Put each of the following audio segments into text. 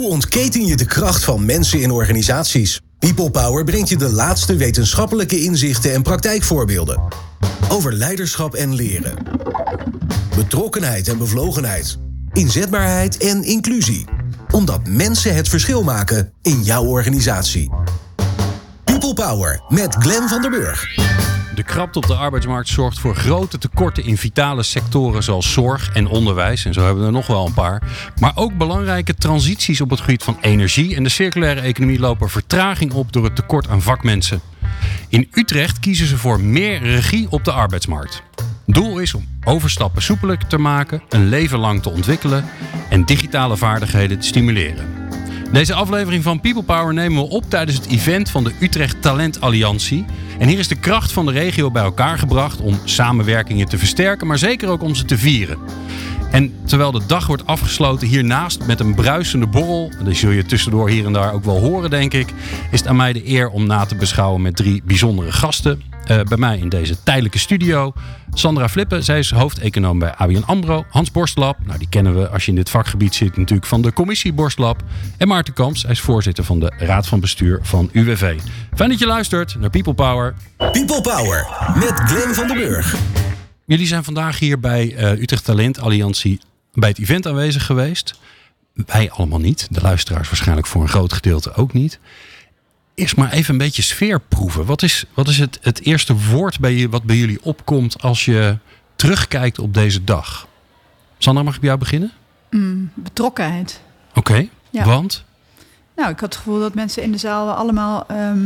ontketen je de kracht van mensen in organisaties? People Power brengt je de laatste wetenschappelijke inzichten en praktijkvoorbeelden. Over leiderschap en leren. Betrokkenheid en bevlogenheid. Inzetbaarheid en inclusie. Omdat mensen het verschil maken in jouw organisatie. People Power met Glenn van der Burg. De krapte op de arbeidsmarkt zorgt voor grote tekorten in vitale sectoren zoals zorg en onderwijs. En zo hebben we er nog wel een paar. Maar ook belangrijke transities op het gebied van energie en de circulaire economie lopen vertraging op door het tekort aan vakmensen. In Utrecht kiezen ze voor meer regie op de arbeidsmarkt. Doel is om overstappen soepelijk te maken, een leven lang te ontwikkelen en digitale vaardigheden te stimuleren. Deze aflevering van People Power nemen we op tijdens het event van de Utrecht Talent Alliantie. En hier is de kracht van de regio bij elkaar gebracht om samenwerkingen te versterken, maar zeker ook om ze te vieren. En terwijl de dag wordt afgesloten hiernaast met een bruisende borrel, dat zul je tussendoor hier en daar ook wel horen denk ik, is het aan mij de eer om na te beschouwen met 3 bijzondere gasten. Bij mij in deze tijdelijke studio Sandra Flippen, zij is hoofdeconoom bij ABN AMRO. Hans Borstlap, nou die kennen we als je in dit vakgebied zit natuurlijk van de commissie Borstlap. En Maarten Kamps, hij is voorzitter van de Raad van Bestuur van UWV. Fijn dat je luistert naar People Power. People Power met Glenn van der Burg. Jullie zijn vandaag hier bij Utrecht Talent Alliantie bij het event aanwezig geweest. Wij allemaal niet, de luisteraars waarschijnlijk voor een groot gedeelte ook niet. Eerst maar even een beetje sfeer proeven. Wat is het eerste woord wat bij jullie opkomt als je terugkijkt op deze dag? Sandra, mag ik bij jou beginnen? Betrokkenheid. Oké, Ja. Want? Nou, ik had het gevoel dat mensen in de zaal allemaal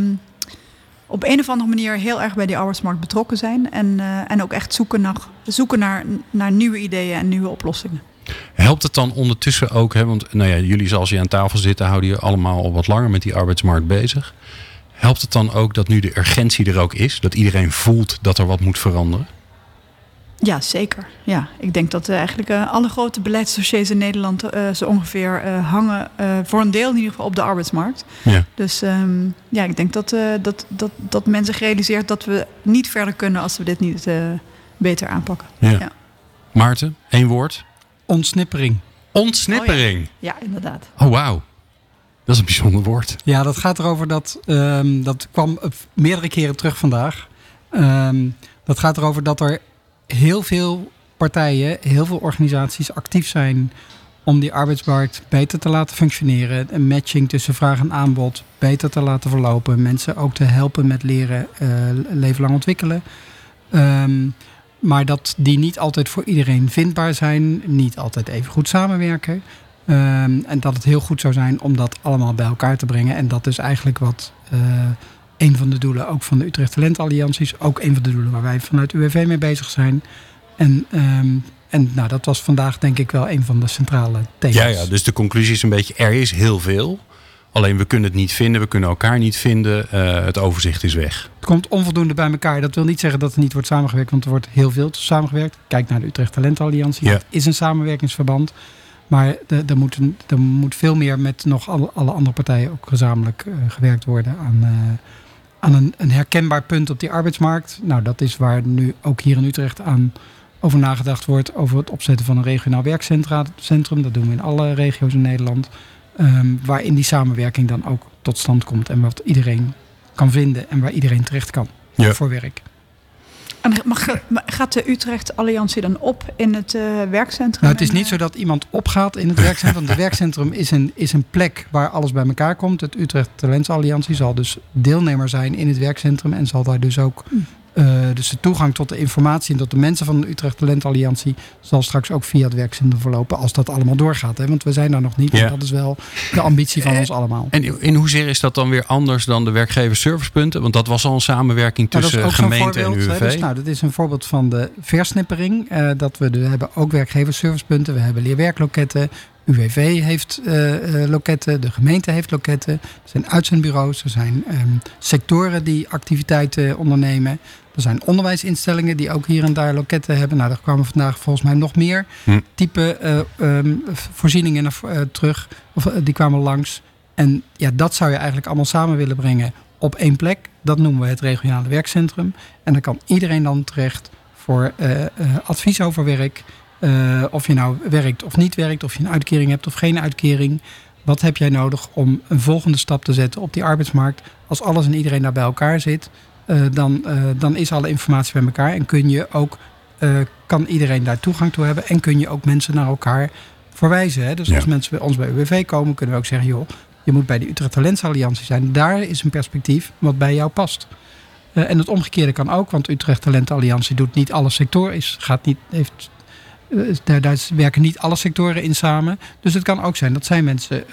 op een of andere manier heel erg bij die arbeidsmarkt betrokken zijn. En ook echt zoeken naar nieuwe ideeën en nieuwe oplossingen. Helpt het dan ondertussen ook, hè, want nou ja, jullie zoals je aan tafel zitten houden je allemaal al wat langer met die arbeidsmarkt bezig. Helpt het dan ook dat nu de urgentie er ook is? Dat iedereen voelt dat er wat moet veranderen? Ja, zeker. Ja, ik denk dat eigenlijk alle grote beleidsdossiers in Nederland zo ongeveer hangen voor een deel in ieder geval op de arbeidsmarkt. Ja. Dus ik denk dat men zich realiseert dat we niet verder kunnen als we dit niet beter aanpakken. Ja. Ja. Maarten, 1 woord? Ontsnippering. Ontsnippering. Oh ja, inderdaad. Oh, wauw. Dat is een bijzonder woord. Ja, dat gaat erover dat kwam meerdere keren terug vandaag. Dat gaat erover dat er heel veel partijen, heel veel organisaties actief zijn om die arbeidsmarkt beter te laten functioneren. Een matching tussen vraag en aanbod beter te laten verlopen. Mensen ook te helpen met leren, leven lang ontwikkelen. Maar dat die niet altijd voor iedereen vindbaar zijn. Niet altijd even goed samenwerken. En dat het heel goed zou zijn om dat allemaal bij elkaar te brengen. En dat is eigenlijk wat een van de doelen ook van de Utrecht Talent Allianties. Ook een van de doelen waar wij vanuit UWV mee bezig zijn. En dat was vandaag denk ik wel een van de centrale thema's. Ja, dus de conclusie is een beetje, er is heel veel. Alleen we kunnen het niet vinden, we kunnen elkaar niet vinden. Het overzicht is weg. Het komt onvoldoende bij elkaar. Dat wil niet zeggen dat er niet wordt samengewerkt, want er wordt heel veel samengewerkt. Kijk naar de Utrecht Talent Alliantie. Ja. Het is een samenwerkingsverband. Maar er moet veel meer met nog alle andere partijen ook gezamenlijk gewerkt worden aan een herkenbaar punt op die arbeidsmarkt. Nou, dat is waar nu ook hier in Utrecht aan over nagedacht wordt. Over het opzetten van een regionaal werkcentrum. Dat doen we in alle regio's in Nederland. Waarin die samenwerking dan ook tot stand komt. En wat iedereen kan vinden en waar iedereen terecht kan voor werk. En gaat de Utrecht Alliantie dan op in het werkcentrum? Nou, het is niet zo dat iemand opgaat in het werkcentrum. Het werkcentrum is een plek waar alles bij elkaar komt. Het Utrecht Talent Alliantie zal dus deelnemer zijn in het werkcentrum. En zal daar dus ook dus de toegang tot de informatie en tot de mensen van de Utrecht Talent Alliantie zal straks ook via het werkcentrum verlopen als dat allemaal doorgaat. Hè? Want we zijn daar nog niet. Ja. Dat is wel de ambitie van ons allemaal. En in hoeverre is dat dan weer anders dan de werkgeversservicepunten? Want dat was al een samenwerking tussen gemeente en UWV. Dus, dat is een voorbeeld van de versnippering. We hebben ook werkgeversservicepunten. We hebben leerwerkloketten. UWV heeft loketten, de gemeente heeft loketten. Er zijn uitzendbureaus, er zijn sectoren die activiteiten ondernemen. Er zijn onderwijsinstellingen die ook hier en daar loketten hebben. Nou, daar kwamen vandaag volgens mij nog meer type voorzieningen terug. Die kwamen langs. En ja, dat zou je eigenlijk allemaal samen willen brengen op één plek. Dat noemen we het regionale werkcentrum. En daar kan iedereen dan terecht voor advies over werk. Of je nou werkt of niet werkt, of je een uitkering hebt of geen uitkering. Wat heb jij nodig om een volgende stap te zetten op die arbeidsmarkt? Als alles en iedereen daar bij elkaar zit, dan is alle informatie bij elkaar. En kan iedereen daar toegang toe hebben. En kun je ook mensen naar elkaar verwijzen. Hè? Dus als mensen bij ons bij UWV komen, kunnen we ook zeggen, joh, je moet bij de Utrecht Talents Alliantie zijn. Daar is een perspectief wat bij jou past. En het omgekeerde kan ook, want Utrecht Talent Alliantie doet niet alle sectoren. Daar werken niet alle sectoren in samen. Dus het kan ook zijn dat zijn mensen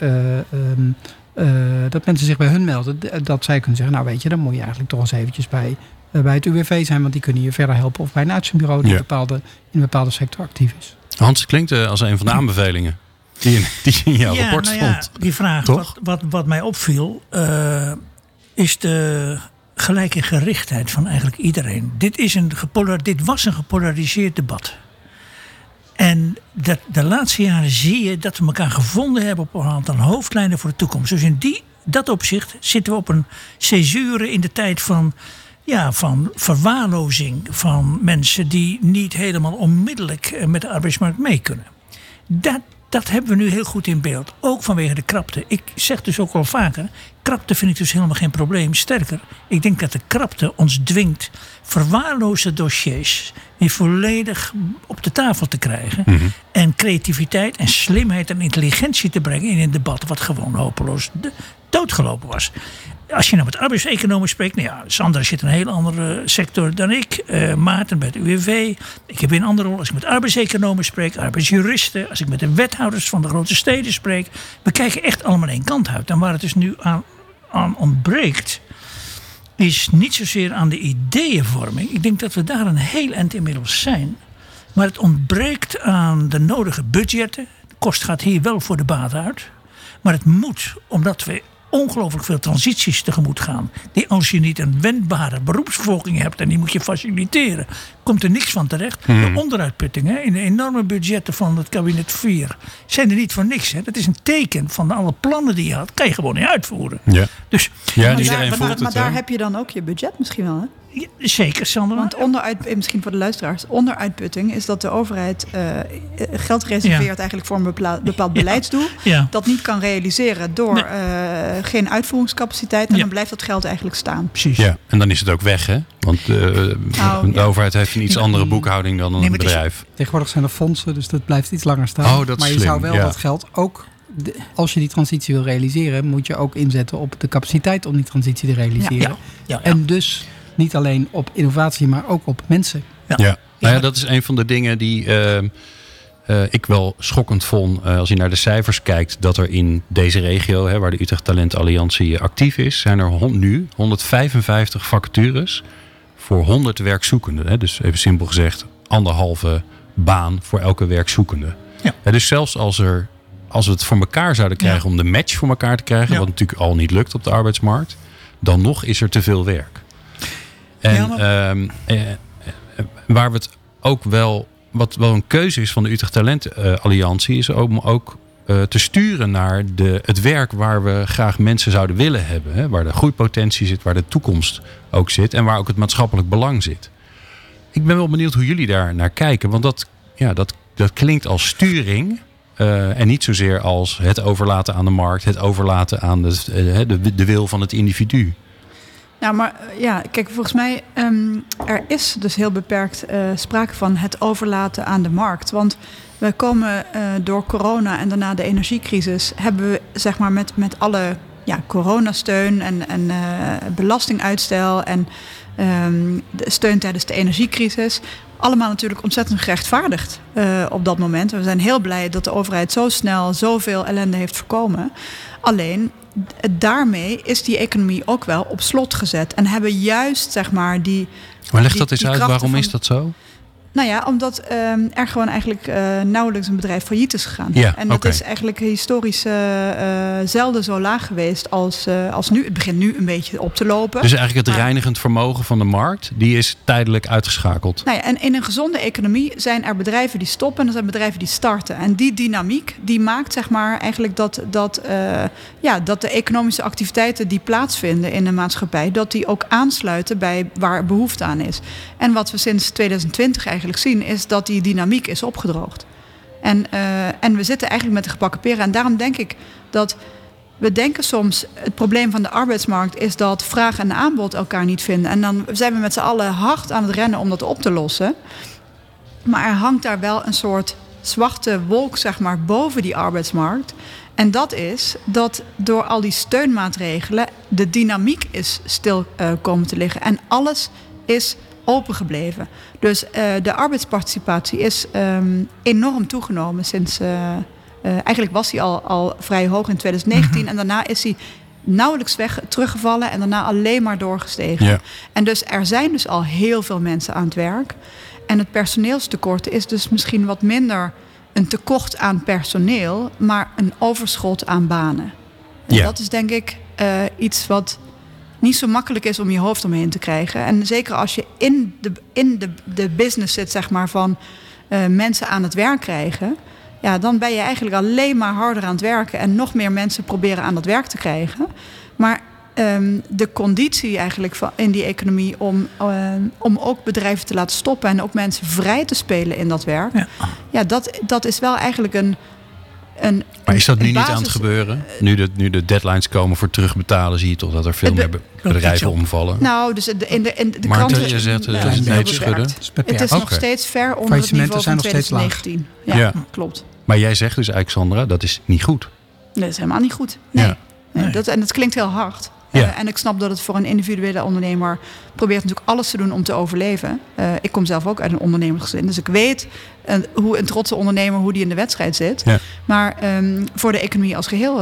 dat mensen zich bij hun melden. Dat zij kunnen zeggen, nou weet je, dan moet je eigenlijk toch eens eventjes bij het UWV zijn, want die kunnen je verder helpen. Of bij een uitzendbureau die in een bepaalde sector actief is. Hans, klinkt als een van de aanbevelingen die in jouw rapport stond. Die vraag, wat mij opviel, is de gelijke gerichtheid van eigenlijk iedereen. Dit was een gepolariseerd debat. En de laatste jaren zie je dat we elkaar gevonden hebben op een aantal hoofdlijnen voor de toekomst. Dus in dat opzicht zitten we op een césure in de tijd van verwaarlozing van mensen die niet helemaal onmiddellijk met de arbeidsmarkt mee kunnen. Dat hebben we nu heel goed in beeld. Ook vanwege de krapte. Ik zeg dus ook al vaker, krapte vind ik dus helemaal geen probleem. Sterker, ik denk dat de krapte ons dwingt verwaarloosde dossiers weer volledig op de tafel te krijgen. Mm-hmm. En creativiteit en slimheid en intelligentie te brengen in een debat wat gewoon hopeloos doodgelopen was. Als je nou met arbeidseconomen spreekt, nou ja, Sandra zit in een heel andere sector dan ik. Maarten bij het UWV. Ik heb weer een andere rol. Als ik met arbeidseconomen spreek, arbeidsjuristen. Als ik met de wethouders van de grote steden spreek. We kijken echt allemaal één kant uit. En waar het dus nu aan ontbreekt, is niet zozeer aan de ideeënvorming. Ik denk dat we daar een heel eind inmiddels zijn. Maar het ontbreekt aan de nodige budgetten. De kost gaat hier wel voor de baat uit. Maar het moet, omdat we ongelooflijk veel transities tegemoet gaan. Die als je niet een wendbare beroepsbevolking hebt en die moet je faciliteren, komt er niks van terecht. De onderuitputtingen in de enorme budgetten van het kabinet 4 zijn er niet voor niks. Hè. Dat is een teken van alle plannen die je had. Kan je gewoon niet uitvoeren. Ja. Dus, maar daar heb je dan ook je budget misschien wel, hè? Ja, zeker, Sandra. Want misschien voor de luisteraars, onderuitputting is dat de overheid geld reserveert eigenlijk voor een bepaald beleidsdoel. Ja. Dat niet kan realiseren door geen uitvoeringscapaciteit. En dan blijft dat geld eigenlijk staan. Precies. Ja, en dan is het ook weg, hè? Want de overheid heeft een iets andere boekhouding dan een bedrijf. Tegenwoordig zijn er fondsen, dus dat blijft iets langer staan. Dat is maar je zou wel dat geld ook, als je die transitie wil realiseren, moet je ook inzetten op de capaciteit om die transitie te realiseren. Ja. En dus niet alleen op innovatie, maar ook op mensen. Ja. Nou ja, dat is een van de dingen die ik wel schokkend vond. Als je naar de cijfers kijkt, dat er in deze regio, waar de Utrecht Talent Alliantie actief is, zijn er nu 155 vacatures voor 100 werkzoekenden. Hè? Dus even simpel gezegd, 1,5 baan voor elke werkzoekende. Ja. Dus zelfs als we het voor elkaar zouden krijgen om de match voor elkaar te krijgen, wat natuurlijk al niet lukt op de arbeidsmarkt, dan nog is er te veel werk. En waar we het ook wel, wat wel een keuze is van de Utrecht Talent Alliantie, is om ook te sturen naar het werk waar we graag mensen zouden willen hebben. Hè? Waar de groeipotentie zit, waar de toekomst ook zit en waar ook het maatschappelijk belang zit. Ik ben wel benieuwd hoe jullie daar naar kijken, want dat klinkt als sturing. En niet zozeer als het overlaten aan de markt, het overlaten aan de wil van het individu. Nou, maar kijk, volgens mij er is dus heel beperkt sprake van het overlaten aan de markt. Want we komen door corona en daarna de energiecrisis, hebben we zeg maar met alle coronasteun en belastinguitstel en de steun tijdens de energiecrisis, allemaal natuurlijk ontzettend gerechtvaardigd op dat moment. We zijn heel blij dat de overheid zo snel zoveel ellende heeft voorkomen. Alleen daarmee is die economie ook wel op slot gezet. En hebben juist zeg maar die. Maar leg dat eens uit, waarom is dat zo? Nou ja, omdat er gewoon eigenlijk nauwelijks een bedrijf failliet is gegaan. Ja, en dat is eigenlijk historisch zelden zo laag geweest als nu. Het begint nu een beetje op te lopen. Dus eigenlijk het reinigend vermogen van de markt, die is tijdelijk uitgeschakeld. Nou ja, en in een gezonde economie zijn er bedrijven die stoppen en er zijn bedrijven die starten. En die dynamiek, die maakt zeg maar eigenlijk dat de economische activiteiten die plaatsvinden in de maatschappij, dat die ook aansluiten bij waar behoefte aan is. En wat we sinds 2020 eigenlijk zien, is dat die dynamiek is opgedroogd. En we zitten eigenlijk met de gebakken peren. En daarom denk ik dat we denken soms, het probleem van de arbeidsmarkt is dat vraag en aanbod elkaar niet vinden. En dan zijn we met z'n allen hard aan het rennen om dat op te lossen. Maar er hangt daar wel een soort zwarte wolk, zeg maar, boven die arbeidsmarkt. En dat is dat door al die steunmaatregelen de dynamiek is stil komen te liggen. En alles is open gebleven. Dus de arbeidsparticipatie is enorm toegenomen sinds... eigenlijk was hij al vrij hoog in 2019. En daarna is hij nauwelijks teruggevallen. En daarna alleen maar doorgestegen. Ja. En dus er zijn dus al heel veel mensen aan het werk. En het personeelstekort is dus misschien wat minder een tekort aan personeel, maar een overschot aan banen. En dat is denk ik iets wat niet zo makkelijk is om je hoofd omheen te krijgen. En zeker als je in de business zit, zeg maar, van mensen aan het werk krijgen, ja, dan ben je eigenlijk alleen maar harder aan het werken en nog meer mensen proberen aan dat werk te krijgen. Maar de conditie eigenlijk in die economie om ook bedrijven te laten stoppen en ook mensen vrij te spelen in dat werk. Ja, dat is wel eigenlijk een maar is dat nu niet aan het gebeuren? Nu de deadlines komen voor terugbetalen, zie je toch dat er veel meer bedrijven omvallen? Nou, dus in de kranten... je zegt het schudden. Het is nog steeds ver onder het niveau van 2019. Ja, klopt. Maar jij zegt dus eigenlijk, Sandra, dat is niet goed. Nee, dat is helemaal niet goed. Nee. Dat klinkt heel hard. Ja. En ik snap dat het voor een individuele ondernemer probeert natuurlijk alles te doen om te overleven. Ik kom zelf ook uit een ondernemersgezin, dus ik weet hoe een trotse ondernemer, hoe die in de wedstrijd zit. Ja. Maar voor de economie als geheel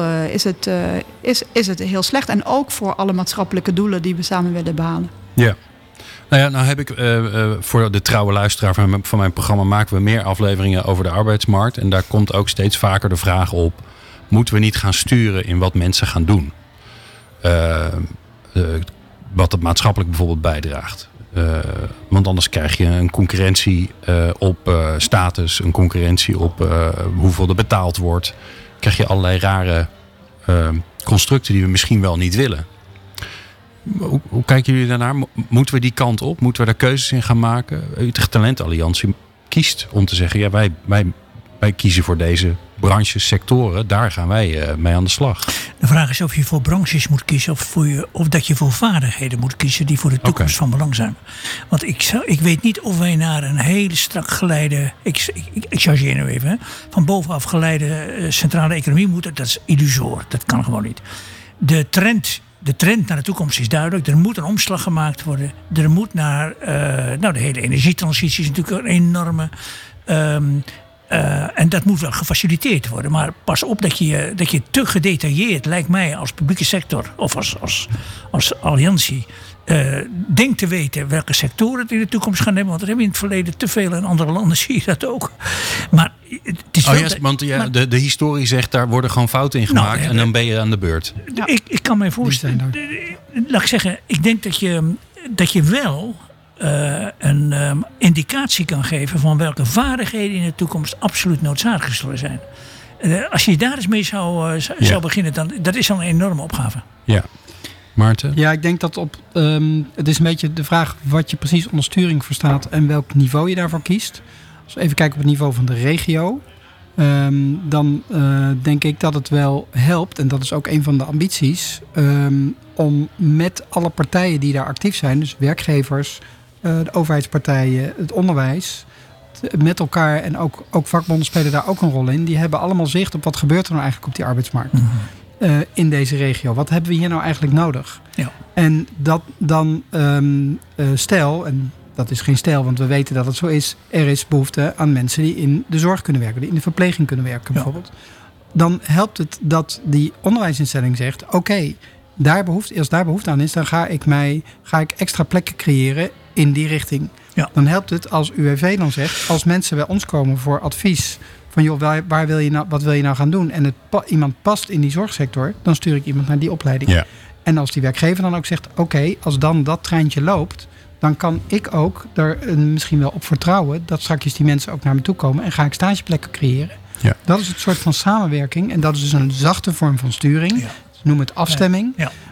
is het heel slecht. En ook voor alle maatschappelijke doelen die we samen willen behalen. Ja. Nou heb ik voor de trouwe luisteraar van mijn programma maken we meer afleveringen over de arbeidsmarkt. En daar komt ook steeds vaker de vraag op, moeten we niet gaan sturen in wat mensen gaan doen? Wat het maatschappelijk bijvoorbeeld bijdraagt. Want anders krijg je een concurrentie op status, een concurrentie op hoeveel er betaald wordt. Krijg je allerlei rare constructen die we misschien wel niet willen. Hoe kijken jullie daarnaar? Moeten we die kant op? Moeten we daar keuzes in gaan maken? Utrecht Talentalliantie kiest om te zeggen, ja, wij kiezen voor deze branches, sectoren. Daar gaan wij mee aan de slag. De vraag is of je voor branches moet kiezen of dat je voor vaardigheden moet kiezen die voor de toekomst van belang zijn. Want ik weet niet of wij naar een hele strak geleide, ik chargeer nu even, hè, van bovenaf geleide centrale economie moeten. Dat is illusoor. Dat kan gewoon niet. De trend naar de toekomst is duidelijk. Er moet een omslag gemaakt worden. Er moet naar de hele energietransitie is natuurlijk een enorme. En dat moet wel gefaciliteerd worden. Maar pas op dat je te gedetailleerd, lijkt mij, als publieke sector of als alliantie, denkt te weten welke sectoren het in de toekomst gaan hebben. Want dat hebben we in het verleden te veel. In andere landen zie je dat ook. Maar het is want de historie zegt, daar worden gewoon fouten in gemaakt. En dan ben je aan de beurt. Ja. Ik kan mij voorstellen. Laat ik zeggen, ik denk dat je wel een indicatie kan geven van welke vaardigheden in de toekomst absoluut noodzakelijk zullen zijn. Als je daar eens mee zou beginnen, dan dat is al een enorme opgave. Ja. Maarten? Ja, ik denk dat het is een beetje de vraag wat je precies onder sturing verstaat en welk niveau je daarvoor kiest. Als we even kijken op het niveau van de regio, dan denk ik dat het wel helpt, en dat is ook een van de ambities, om met alle partijen die daar actief zijn, dus werkgevers, de overheidspartijen, het onderwijs, met elkaar, en ook vakbonden spelen daar ook een rol in. Die hebben allemaal zicht op wat gebeurt er nou eigenlijk op die arbeidsmarkt. In deze regio. Wat hebben we hier nou eigenlijk nodig? Ja. En dat dan stel, en dat is geen stel, want we weten dat het zo is, er is behoefte aan mensen die in de zorg kunnen werken, die in de verpleging kunnen werken bijvoorbeeld. Dan helpt het dat die onderwijsinstelling zegt, oké, als daar behoefte aan is, dan ga ik extra plekken creëren in die richting. Ja. Dan helpt het als UWV dan zegt, als mensen bij ons komen voor advies van joh, wat wil je nou gaan doen? En iemand past in die zorgsector, dan stuur ik iemand naar die opleiding. Ja. En als die werkgever dan ook zegt, oké, als dan dat treintje loopt, dan kan ik ook er misschien wel op vertrouwen dat straks die mensen ook naar me toe komen en ga ik stageplekken creëren. Ja. Dat is het soort van samenwerking en dat is dus een zachte vorm van sturing. Ja. Noem het afstemming. Ja.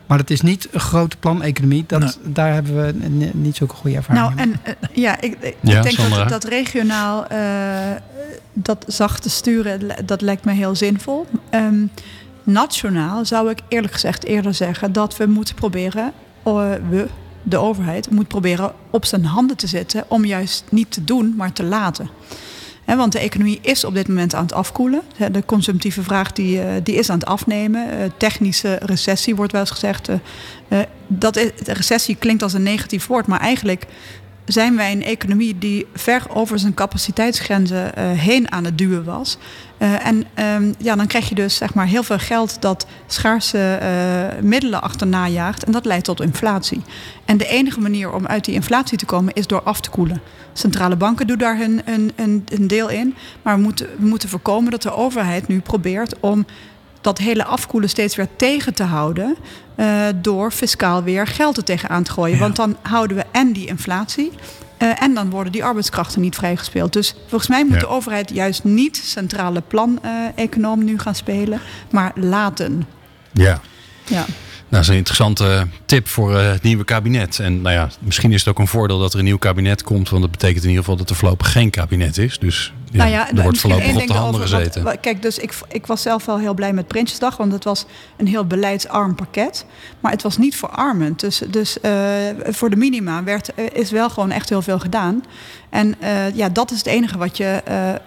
Maar het is niet een grote planeconomie. Daar hebben we niet zulke goede ervaring mee. Ik denk dat regionaal dat zachte sturen, dat lijkt me heel zinvol. Nationaal zou ik eerlijk gezegd eerder zeggen dat we moeten proberen, de overheid moet proberen op zijn handen te zetten om juist niet te doen, maar te laten. Want de economie is op dit moment aan het afkoelen. De consumptieve vraag die is aan het afnemen. Technische recessie wordt wel eens gezegd. De recessie klinkt als een negatief woord, maar eigenlijk zijn wij een economie die ver over zijn capaciteitsgrenzen heen aan het duwen was. Dan krijg je dus zeg maar heel veel geld dat schaarse middelen achterna jaagt. En dat leidt tot inflatie. En de enige manier om uit die inflatie te komen is door af te koelen. Centrale banken doen daar een deel in. Maar we moeten voorkomen dat de overheid nu probeert om dat hele afkoelen steeds weer tegen te houden, door fiscaal weer geld er tegenaan te gooien. Ja. Want dan houden we en die inflatie en dan worden die arbeidskrachten niet vrijgespeeld. Dus volgens mij moet de overheid juist niet centrale plan-econoom nu gaan spelen, maar laten. Ja. Nou, dat is een interessante tip voor het nieuwe kabinet. En misschien is het ook een voordeel dat er een nieuw kabinet komt. Want dat betekent in ieder geval dat er voorlopig geen kabinet is. Dus er wordt voorlopig op de handen gezeten. Kijk, dus ik was zelf wel heel blij met Prinsjesdag. Want het was een heel beleidsarm pakket. Maar het was niet verarmend. Dus voor de minima is wel gewoon echt heel veel gedaan. En dat is het enige wat je...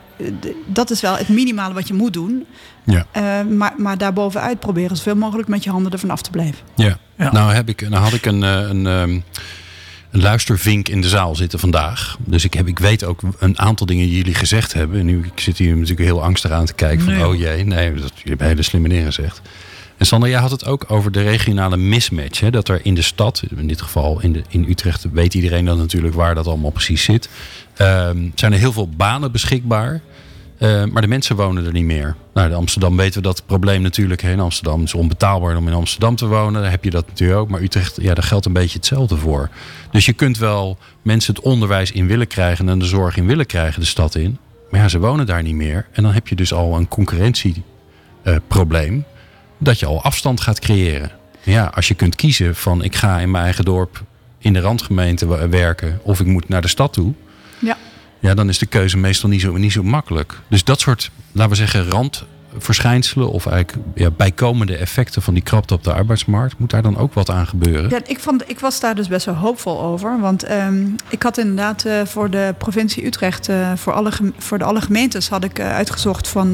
dat is wel het minimale wat je moet doen. Ja. Maar daarbovenuit proberen zoveel mogelijk met je handen ervan af te blijven. Ja. Nou had ik een luistervink in de zaal zitten vandaag. Dus ik weet ook een aantal dingen die jullie gezegd hebben. En nu ik zit hier natuurlijk heel angstig aan te kijken. Van oh jee, nee, jullie hebben hele slimme dingen gezegd. En Sander, jij had het ook over de regionale mismatch. Hè? Dat er in de stad, in dit geval in Utrecht, weet iedereen dan natuurlijk waar dat allemaal precies zit. Zijn er heel veel banen beschikbaar. Maar de mensen wonen er niet meer. Nou, in Amsterdam weten we dat het probleem natuurlijk. In Amsterdam is onbetaalbaar om in Amsterdam te wonen. Daar heb je dat natuurlijk ook. Maar Utrecht, daar geldt een beetje hetzelfde voor. Dus je kunt wel mensen het onderwijs in willen krijgen en de zorg in willen krijgen de stad in. Maar ze wonen daar niet meer. En dan heb je dus al een concurrentieprobleem. Dat je al afstand gaat creëren. Ja, als je kunt kiezen van ik ga in mijn eigen dorp in de randgemeente werken. Of ik moet naar de stad toe. Ja, dan is de keuze meestal niet zo makkelijk. Dus dat soort, laten we zeggen, randverschijnselen of eigenlijk bijkomende effecten van die krapte op de arbeidsmarkt, moet daar dan ook wat aan gebeuren? Ja, ik was daar dus best wel hoopvol over. Want ik had inderdaad voor de provincie Utrecht, voor alle gemeentes had ik uitgezocht van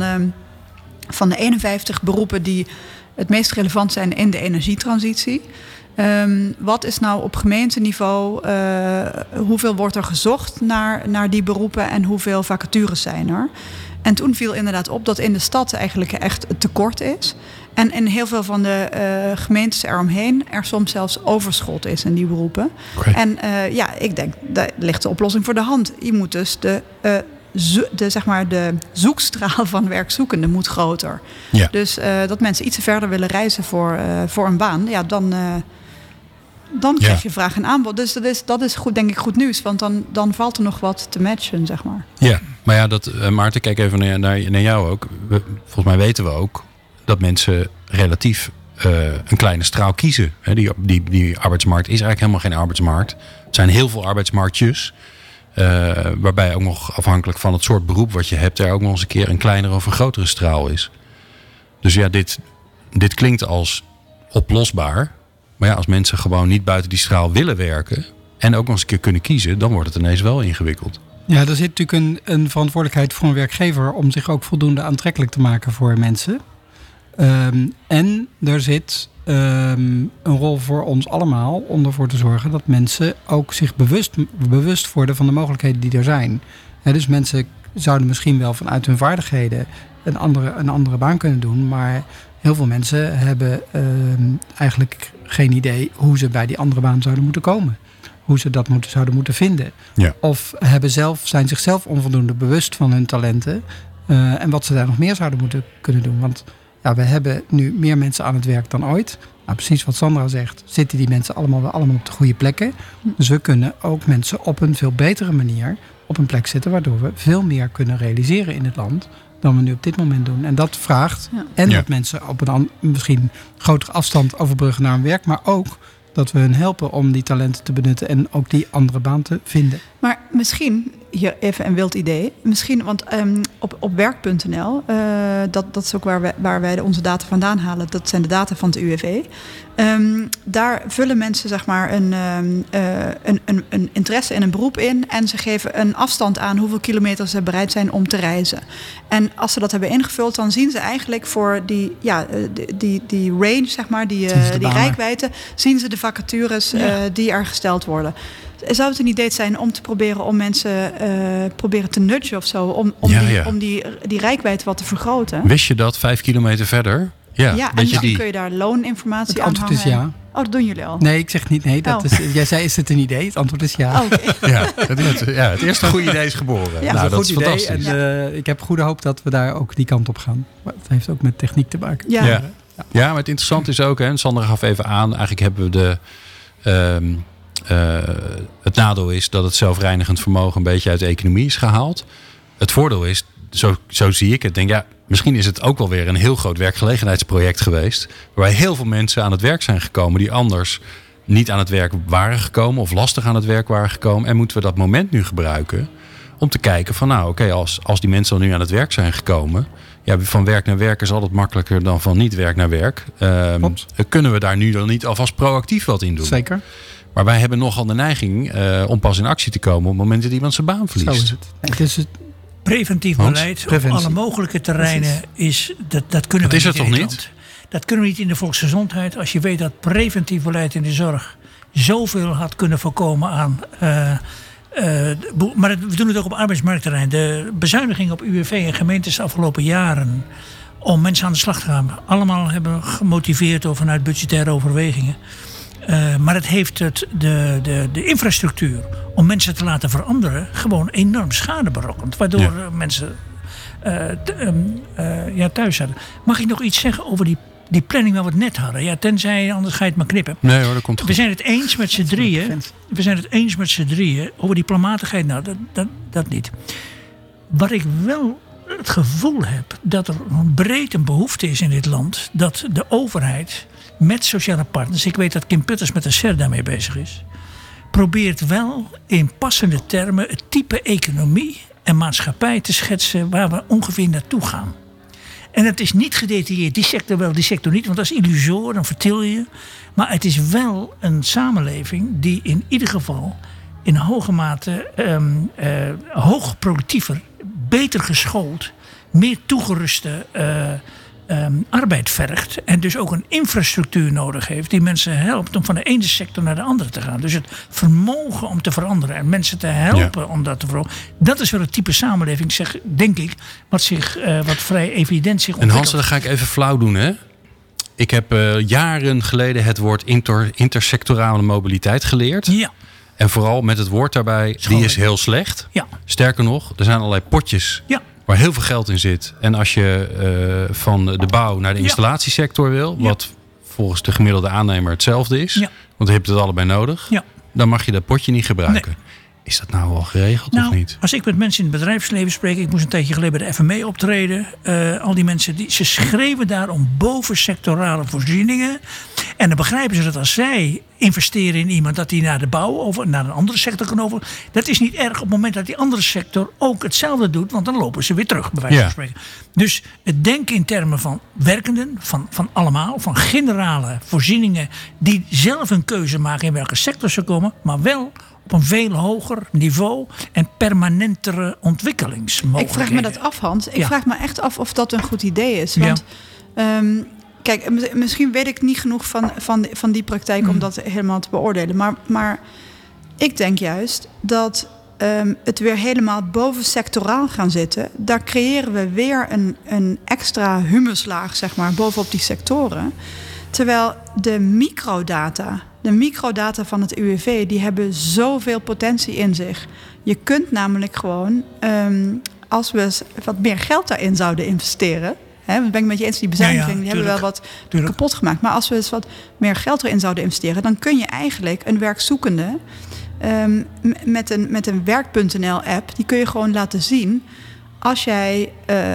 de 51 beroepen die het meest relevant zijn in de energietransitie. Wat is nou op gemeenteniveau, hoeveel wordt er gezocht naar die beroepen en hoeveel vacatures zijn er? En toen viel inderdaad op dat in de stad eigenlijk echt het tekort is. En in heel veel van de gemeentes eromheen er soms zelfs overschot is in die beroepen. Okay. En ik denk, daar ligt de oplossing voor de hand. Je moet dus de zoekstraal van werkzoekenden moet groter. Ja. Dus dat mensen iets verder willen reizen voor een baan, dan krijg je vraag en aanbod. Dus dat is goed, denk ik, goed nieuws. Want dan valt er nog wat te matchen, zeg maar. Ja, maar Maarten, kijk even naar jou ook. Volgens mij weten we ook dat mensen relatief een kleine straal kiezen. Die arbeidsmarkt is eigenlijk helemaal geen arbeidsmarkt. Het zijn heel veel arbeidsmarktjes. Waarbij ook nog afhankelijk van het soort beroep wat je hebt, er ook nog eens een keer een kleinere of een grotere straal is. Dus dit klinkt als oplosbaar. Maar als mensen gewoon niet buiten die straal willen werken en ook nog eens een keer kunnen kiezen, dan wordt het ineens wel ingewikkeld. Ja, er zit natuurlijk een verantwoordelijkheid voor een werkgever om zich ook voldoende aantrekkelijk te maken voor mensen. En er zit een rol voor ons allemaal om ervoor te zorgen dat mensen ook zich bewust worden van de mogelijkheden die er zijn. Dus mensen zouden misschien wel vanuit hun vaardigheden een andere baan kunnen doen, maar heel veel mensen hebben eigenlijk geen idee hoe ze bij die andere baan zouden moeten komen. Hoe ze dat zouden moeten vinden. Ja. Of zijn zichzelf onvoldoende bewust van hun talenten. En wat ze daar nog meer zouden moeten kunnen doen. Want we hebben nu meer mensen aan het werk dan ooit. Nou, precies wat Sandra zegt, zitten die mensen allemaal op de goede plekken. Dus we kunnen ook mensen op een veel betere manier op een plek zetten, waardoor we veel meer kunnen realiseren in het land dan we nu op dit moment doen. En dat vraagt dat mensen op een misschien grotere afstand overbruggen naar hun werk, maar ook dat we hun helpen om die talenten te benutten en ook die andere baan te vinden. Maar misschien, hier even een wild idee. Misschien, want op werk.nl, dat is ook waar wij onze data vandaan halen. Dat zijn de data van het UWV. Daar vullen mensen zeg maar een interesse in een beroep in. En ze geven een afstand aan hoeveel kilometer ze bereid zijn om te reizen. En als ze dat hebben ingevuld, dan zien ze eigenlijk voor die range, zeg maar, die reikwijdte, zien ze de vacatures die er gesteld worden. Zou het een idee zijn om te proberen om mensen proberen te nudgen of zo, om die reikwijdte wat te vergroten? Wist je dat 5 kilometer verder? Ja, en dan kun je daar looninformatie aan hangen. Het antwoord is ja. Oh, dat doen jullie al? Nee, ik zeg niet nee. Jij zei, is het een idee? Het antwoord is ja. Oh, okay. Het eerste goede idee is geboren. Ja, nou, dat is goed fantastisch. En ik heb goede hoop dat we daar ook die kant op gaan. Maar het heeft ook met techniek te maken. Ja, maar het interessante is ook, en Sander gaf even aan, eigenlijk hebben we het nadeel is dat het zelfreinigend vermogen een beetje uit de economie is gehaald. Het voordeel is, zo zie ik het, denk misschien is het ook wel weer een heel groot werkgelegenheidsproject geweest, waarbij heel veel mensen aan het werk zijn gekomen die anders niet aan het werk waren gekomen of lastig aan het werk waren gekomen. En moeten we dat moment nu gebruiken om te kijken van als die mensen al nu aan het werk zijn gekomen, van werk naar werk is altijd makkelijker dan van niet werk naar werk. Kunnen we daar nu dan niet alvast proactief wat in doen? Zeker. Maar wij hebben nogal de neiging om pas in actie te komen op het moment dat iemand zijn baan verliest. Zo is het. Preventief beleid op alle mogelijke terreinen dat kunnen we niet. Dat is het toch niet? Dat kunnen we niet in de volksgezondheid. Als je weet dat preventief beleid in de zorg zoveel had kunnen voorkomen aan. Maar we doen het ook op arbeidsmarktterrein. De bezuinigingen op UWV en gemeentes de afgelopen jaren om mensen aan de slag te gaan, allemaal hebben gemotiveerd of vanuit budgettaire overwegingen. Maar het heeft de infrastructuur om mensen te laten veranderen gewoon enorm schade berokkend. Waardoor mensen thuis zaten. Mag ik nog iets zeggen over die planning waar we het net hadden? Ja, tenzij, anders ga je het maar knippen. Nee hoor, dat komt goed. We zijn het eens met z'n drieën over die planmatigheid. Nou, dat niet. Wat ik wel het gevoel heb dat er breed een behoefte is in dit land dat de overheid met sociale partners, ik weet dat Kim Putters met de SER daarmee bezig is, probeert wel in passende termen het type economie en maatschappij te schetsen waar we ongeveer naartoe gaan. En het is niet gedetailleerd, die sector wel, die sector niet, want dat is illusoor, dan vertil je. Maar het is wel een samenleving die in ieder geval in hoge mate hoog productiever, beter geschoold, meer toegeruste arbeid vergt. En dus ook een infrastructuur nodig heeft die mensen helpt om van de ene sector naar de andere te gaan. Dus het vermogen om te veranderen en mensen te helpen om dat te veranderen. Dat is wel het type samenleving, denk ik, wat vrij evident zich ontwikkelt. En Hans, dat ga ik even flauw doen, hè? Ik heb jaren geleden het woord intersectorale mobiliteit geleerd. Ja. En vooral met het woord daarbij, die is heel slecht. Ja. Sterker nog, er zijn allerlei potjes waar heel veel geld in zit. En als je van de bouw naar de installatiesector wil, wat volgens de gemiddelde aannemer hetzelfde is, want je hebt het allebei nodig, dan mag je dat potje niet gebruiken. Nee. Is dat nou al geregeld of niet? Als ik met mensen in het bedrijfsleven spreek, ik moest een tijdje geleden bij de FME optreden. Al die mensen, ze schreeuwen daar om bovensectorale voorzieningen. En dan begrijpen ze dat als zij investeren in iemand, dat die naar de bouw of naar een andere sector kan over. Dat is niet erg op het moment dat die andere sector ook hetzelfde doet, want dan lopen ze weer terug, bij wijze van spreken. Dus het denken in termen van werkenden, van allemaal, van generale voorzieningen die zelf een keuze maken in welke sector ze komen, maar wel op een veel hoger niveau en permanentere ontwikkelingsmogelijkheden. Ik vraag me dat af, Hans. Ik vraag me echt af of dat een goed idee is. Want kijk, misschien weet ik niet genoeg van die praktijk om dat helemaal te beoordelen. Maar ik denk juist dat het weer helemaal bovensectoraal gaan zitten. Daar creëren we weer een extra humuslaag, zeg maar, bovenop die sectoren. Terwijl de microdata van het UWV, die hebben zoveel potentie in zich. Je kunt namelijk gewoon, als we wat meer geld daarin zouden investeren, ben ik met je eens, die bezuinigingen die hebben wel wat kapot gemaakt. Maar als we eens wat meer geld erin zouden investeren, dan kun je eigenlijk een met een werk.nl app, die kun je gewoon laten zien. als jij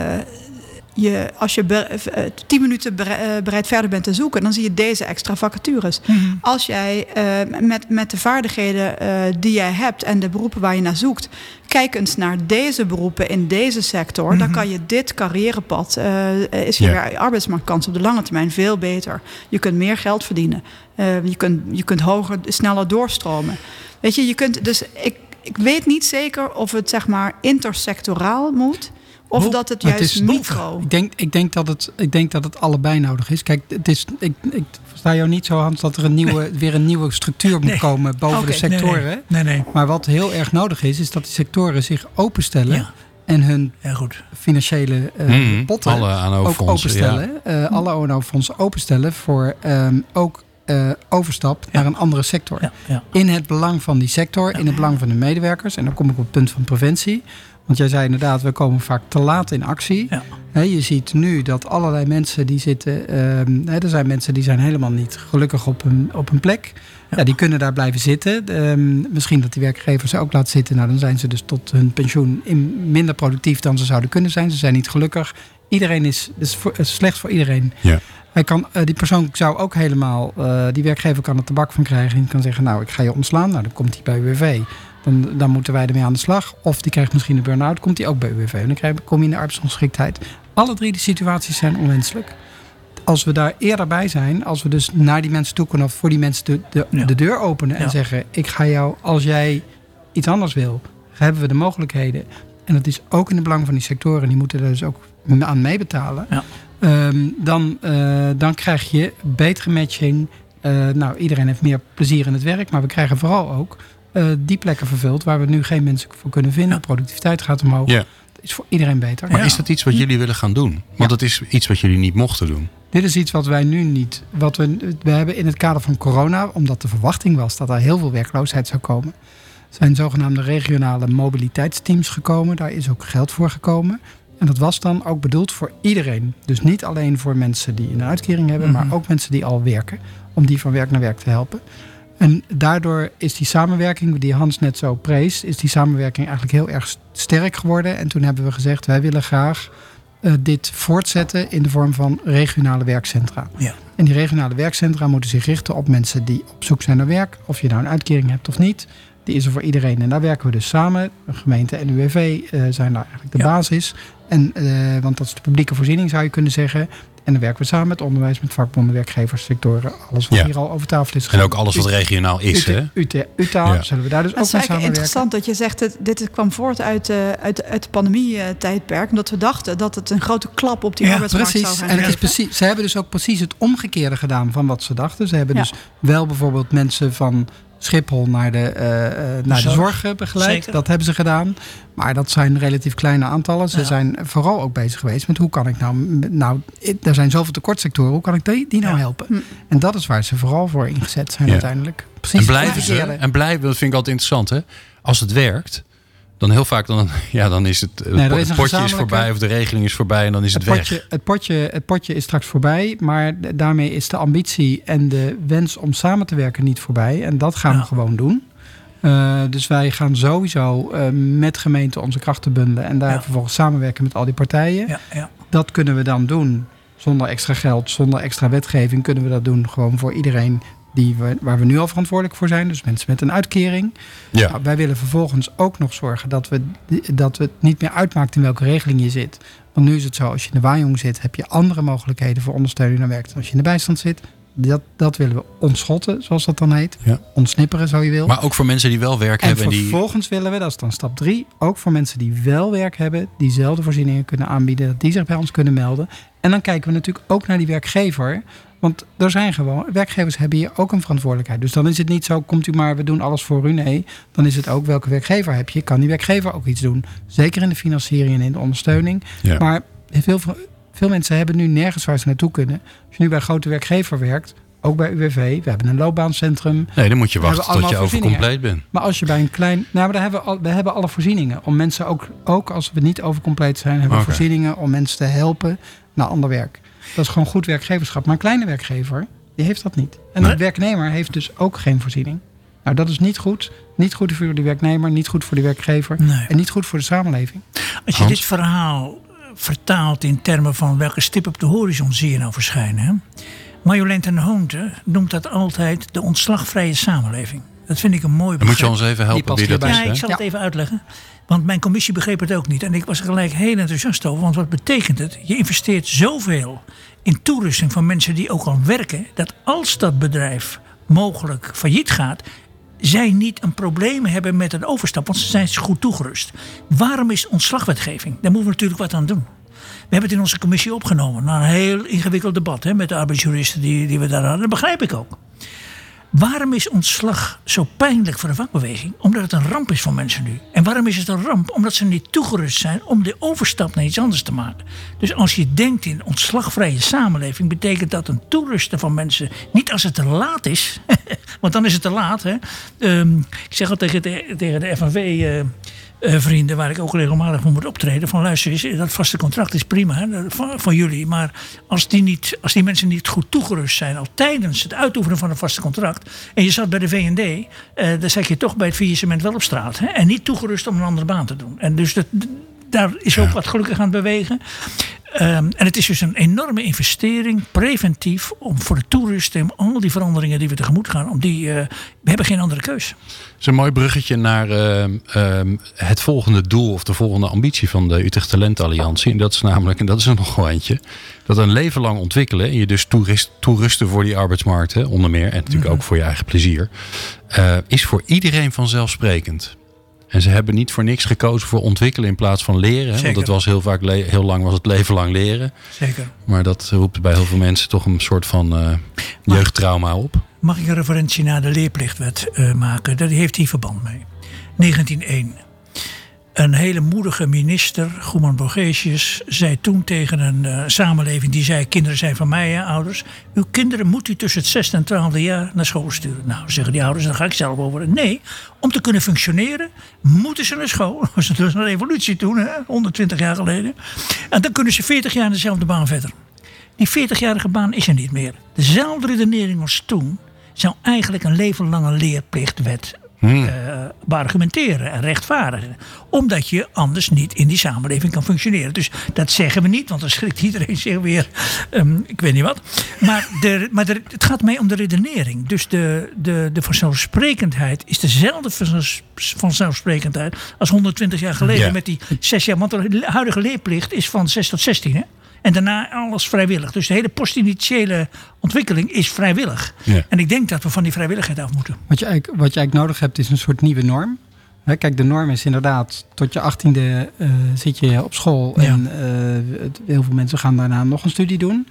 10 minuten bereid verder bent te zoeken, dan zie je deze extra vacatures. Mm-hmm. Als jij met de vaardigheden die jij hebt en de beroepen waar je naar zoekt, kijk eens naar deze beroepen in deze sector, Mm-hmm. dan kan je dit carrièrepad, is je arbeidsmarktkans op de lange termijn veel beter. Je kunt meer geld verdienen. Je kunt sneller doorstromen. Weet je kunt dus ik weet niet zeker of het zeg maar intersectoraal moet. Of dat het juist micro. Ik denk dat het allebei nodig is. Kijk, ik versta jou niet zo, Hans, dat er weer een nieuwe structuur moet komen boven de sectoren. Nee. Maar wat heel erg nodig is dat die sectoren zich openstellen en hun financiële potten ook openstellen. Alle ANO-fondsen openstellen voor ook overstap naar een andere sector. Ja. In het belang van die sector, in het belang van de medewerkers. En dan kom ik op het punt van preventie. Want jij zei inderdaad, we komen vaak te laat in actie. Ja. Je ziet nu dat allerlei mensen die zitten... er zijn mensen die zijn helemaal niet gelukkig op een plek. Ja, die kunnen daar blijven zitten. Misschien dat die werkgevers ze ook laten zitten. Nou, dan zijn ze dus tot hun pensioen minder productief dan ze zouden kunnen zijn. Ze zijn niet gelukkig. Iedereen is slecht voor iedereen. Ja. Die persoon zou ook helemaal... die werkgever kan er tabak van krijgen. En kan zeggen, nou, ik ga je ontslaan. Nou, dan komt hij bij UWV. Dan moeten wij ermee aan de slag. Of die krijgt misschien een burn-out, komt die ook bij UWV. En dan kom je in de arbeidsongeschiktheid. Alle 3 die situaties zijn onwenselijk. Als we daar eerder bij zijn, als we dus naar die mensen toe kunnen, of voor die mensen de deur openen en zeggen, ik ga jou, als jij iets anders wil, hebben we de mogelijkheden. En dat is ook in het belang van die sectoren. Die moeten er dus ook aan meebetalen. Ja. Dan krijg je betere matching. Iedereen heeft meer plezier in het werk. Maar we krijgen vooral ook die plekken vervuld waar we nu geen mensen voor kunnen vinden. Ja. Productiviteit gaat omhoog. Ja. Dat is voor iedereen beter. Maar is dat iets wat jullie willen gaan doen? Want dat is iets wat jullie niet mochten doen. Dit is iets wat wij nu niet... We hebben in het kader van corona, omdat de verwachting was dat er heel veel werkloosheid zou komen, zijn zogenaamde regionale mobiliteitsteams gekomen. Daar is ook geld voor gekomen. En dat was dan ook bedoeld voor iedereen. Dus niet alleen voor mensen die een uitkering hebben, maar ook mensen die al werken. Om die van werk naar werk te helpen. En daardoor is die samenwerking, die Hans net zo prees, is die samenwerking eigenlijk heel erg sterk geworden. En toen hebben we gezegd, wij willen graag dit voortzetten in de vorm van regionale werkcentra. Ja. En die regionale werkcentra moeten zich richten op mensen die op zoek zijn naar werk. Of je nou een uitkering hebt of niet. Die is er voor iedereen. En daar werken we dus samen. De gemeente en UWV zijn daar eigenlijk de basis. En, want dat is de publieke voorziening, zou je kunnen zeggen. En dan werken we samen met onderwijs, met vakbonden, werkgevers, sectoren. Alles wat hier al over tafel is. En ook alles wat regionaal is. UTA, zullen we daar dus ook mee samenwerken. Het is interessant dat je zegt, dit kwam voort uit het pandemie-tijdperk. Omdat we dachten dat het een grote klap op die arbeidsmarkt zou gaan. En het is precies, ze hebben dus ook precies het omgekeerde gedaan van wat ze dachten. Ze hebben dus wel bijvoorbeeld mensen van Schiphol naar de zorg begeleid. Zeker. Dat hebben ze gedaan. Maar dat zijn relatief kleine aantallen. Ze zijn vooral ook bezig geweest met hoe kan ik nou er zijn zoveel tekortsectoren, hoe kan ik die nou helpen? En dat is waar ze vooral voor ingezet zijn uiteindelijk. Precies. En blijven ze, dat vind ik altijd interessant. Hè? Als het werkt, dan heel vaak dan is het potje is voorbij of de regeling is voorbij en dan is het weg. Het potje is straks voorbij, maar daarmee is de ambitie en de wens om samen te werken niet voorbij. En dat gaan we gewoon doen. Dus wij gaan sowieso met gemeenten onze krachten bundelen en daar vervolgens samenwerken met al die partijen. Ja. Dat kunnen we dan doen zonder extra geld, zonder extra wetgeving. Kunnen we dat doen gewoon voor iedereen waar we nu al verantwoordelijk voor zijn. Dus mensen met een uitkering. Ja. Nou, wij willen vervolgens ook nog zorgen dat het niet meer uitmaakt in welke regeling je zit. Want nu is het zo, als je in de Wajong zit, heb je andere mogelijkheden voor ondersteuning naar werk dan als je in de bijstand zit. Dat willen we ontschotten, zoals dat dan heet. Ja. Ontsnipperen, zo je wil. Maar ook voor mensen die wel werk hebben. En vervolgens willen we, dat is dan stap 3... ook voor mensen die wel werk hebben, diezelfde voorzieningen kunnen aanbieden, dat die zich bij ons kunnen melden. En dan kijken we natuurlijk ook naar die werkgever. Want er zijn gewoon, werkgevers hebben hier ook een verantwoordelijkheid. Dus dan is het niet zo, komt u maar, we doen alles voor u. Nee, dan is het ook, welke werkgever heb je? Kan die werkgever ook iets doen? Zeker in de financiering en in de ondersteuning. Ja. Maar veel mensen hebben nu nergens waar ze naartoe kunnen. Als je nu bij een grote werkgever werkt, ook bij UWV, we hebben een loopbaancentrum. Nee, dan moet je wachten tot je overcompleet bent. Maar als je bij een klein... Nou, maar we hebben alle voorzieningen. Om mensen ook als we niet overcompleet zijn, hebben we voorzieningen om mensen te helpen naar ander werk. Dat is gewoon goed werkgeverschap. Maar een kleine werkgever, die heeft dat niet. En de werknemer heeft dus ook geen voorziening. Nou, dat is niet goed. Niet goed voor de werknemer, niet goed voor de werkgever. Nee. En niet goed voor de samenleving. Als je dit verhaal vertaalt in termen van welke stip op de horizon zie je nou verschijnen. Hè? Marjolein ten Hoonte noemt dat altijd de ontslagvrije samenleving. Dat vind ik een mooi begrip. Dan moet je ons even helpen wie dat is. Ja, ik zal het even uitleggen. Want mijn commissie begreep het ook niet. En ik was er gelijk heel enthousiast over. Want wat betekent het? Je investeert zoveel in toerusting van mensen die ook al werken. Dat als dat bedrijf mogelijk failliet gaat, zij niet een probleem hebben met een overstap. Want ze zijn goed toegerust. Waarom is ontslagwetgeving? Daar moeten we natuurlijk wat aan doen. We hebben het in onze commissie opgenomen. Na een heel ingewikkeld debat met de arbeidsjuristen die we daar hadden. Dat begrijp ik ook. Waarom is ontslag zo pijnlijk voor de vakbeweging? Omdat het een ramp is voor mensen nu. En waarom is het een ramp? Omdat ze niet toegerust zijn om de overstap naar iets anders te maken. Dus als je denkt in ontslagvrije samenleving, betekent dat een toerusten van mensen. Niet als het te laat is, want dan is het te laat. Hè. Ik zeg al tegen de FNV vrienden, waar ik ook regelmatig voor moet optreden, van luister eens, dat vaste contract is prima hè, van jullie, maar als die mensen niet goed toegerust zijn al tijdens het uitoefenen van een vaste contract en je zat bij de V&D, dan zat je toch bij het faillissement wel op straat hè, en niet toegerust om een andere baan te doen. En dus daar is ook wat gelukkig aan het bewegen. En het is dus een enorme investering, preventief, om voor de toerusting, om al die veranderingen die we tegemoet gaan, we hebben geen andere keus. Het is een mooi bruggetje naar het volgende doel of de volgende ambitie van de Utrecht Talent Alliantie. En dat is namelijk, en dat is er nog wel eentje, dat een leven lang ontwikkelen en je dus toerusten voor die arbeidsmarkt, hè, onder meer, en natuurlijk ook voor je eigen plezier, is voor iedereen vanzelfsprekend. En ze hebben niet voor niks gekozen voor ontwikkelen in plaats van leren. Hè? Want het was heel vaak heel lang was het leven lang leren. Zeker. Maar dat roept bij heel veel mensen toch een soort van jeugdtrauma op. Mag ik een referentie naar de leerplichtwet maken? Daar heeft hij verband mee. 1901. Een hele moedige minister, Goeman Borgesius, zei toen tegen een samenleving die zei, kinderen zijn van mij, hè, ouders. Uw kinderen moet u tussen het 6e en 12e jaar naar school sturen. Nou, zeggen die ouders, daar ga ik zelf over. Nee, om te kunnen functioneren moeten ze naar school. Dat was een revolutie toen, hè, 120 jaar geleden. En dan kunnen ze 40 jaar in dezelfde baan verder. Die 40-jarige baan is er niet meer. Dezelfde redenering als toen zou eigenlijk een leven lange leerplichtwet beargumenteren en rechtvaardigen. Omdat je anders niet in die samenleving kan functioneren. Dus dat zeggen we niet, want dan schrikt iedereen zich weer. Ik weet niet wat. Maar het gaat mee om de redenering. Dus de vanzelfsprekendheid is dezelfde vanzelfsprekendheid als 120 jaar geleden met die 6 jaar. Want de huidige leerplicht is van 6 tot 16. Hè? En daarna alles vrijwillig. Dus de hele postinitiële ontwikkeling is vrijwillig. Ja. En ik denk dat we van die vrijwilligheid af moeten. Wat je eigenlijk nodig hebt is een soort nieuwe norm. Kijk, de norm is inderdaad, tot je 18e zit je op school. Ja. En heel veel mensen gaan daarna nog een studie doen.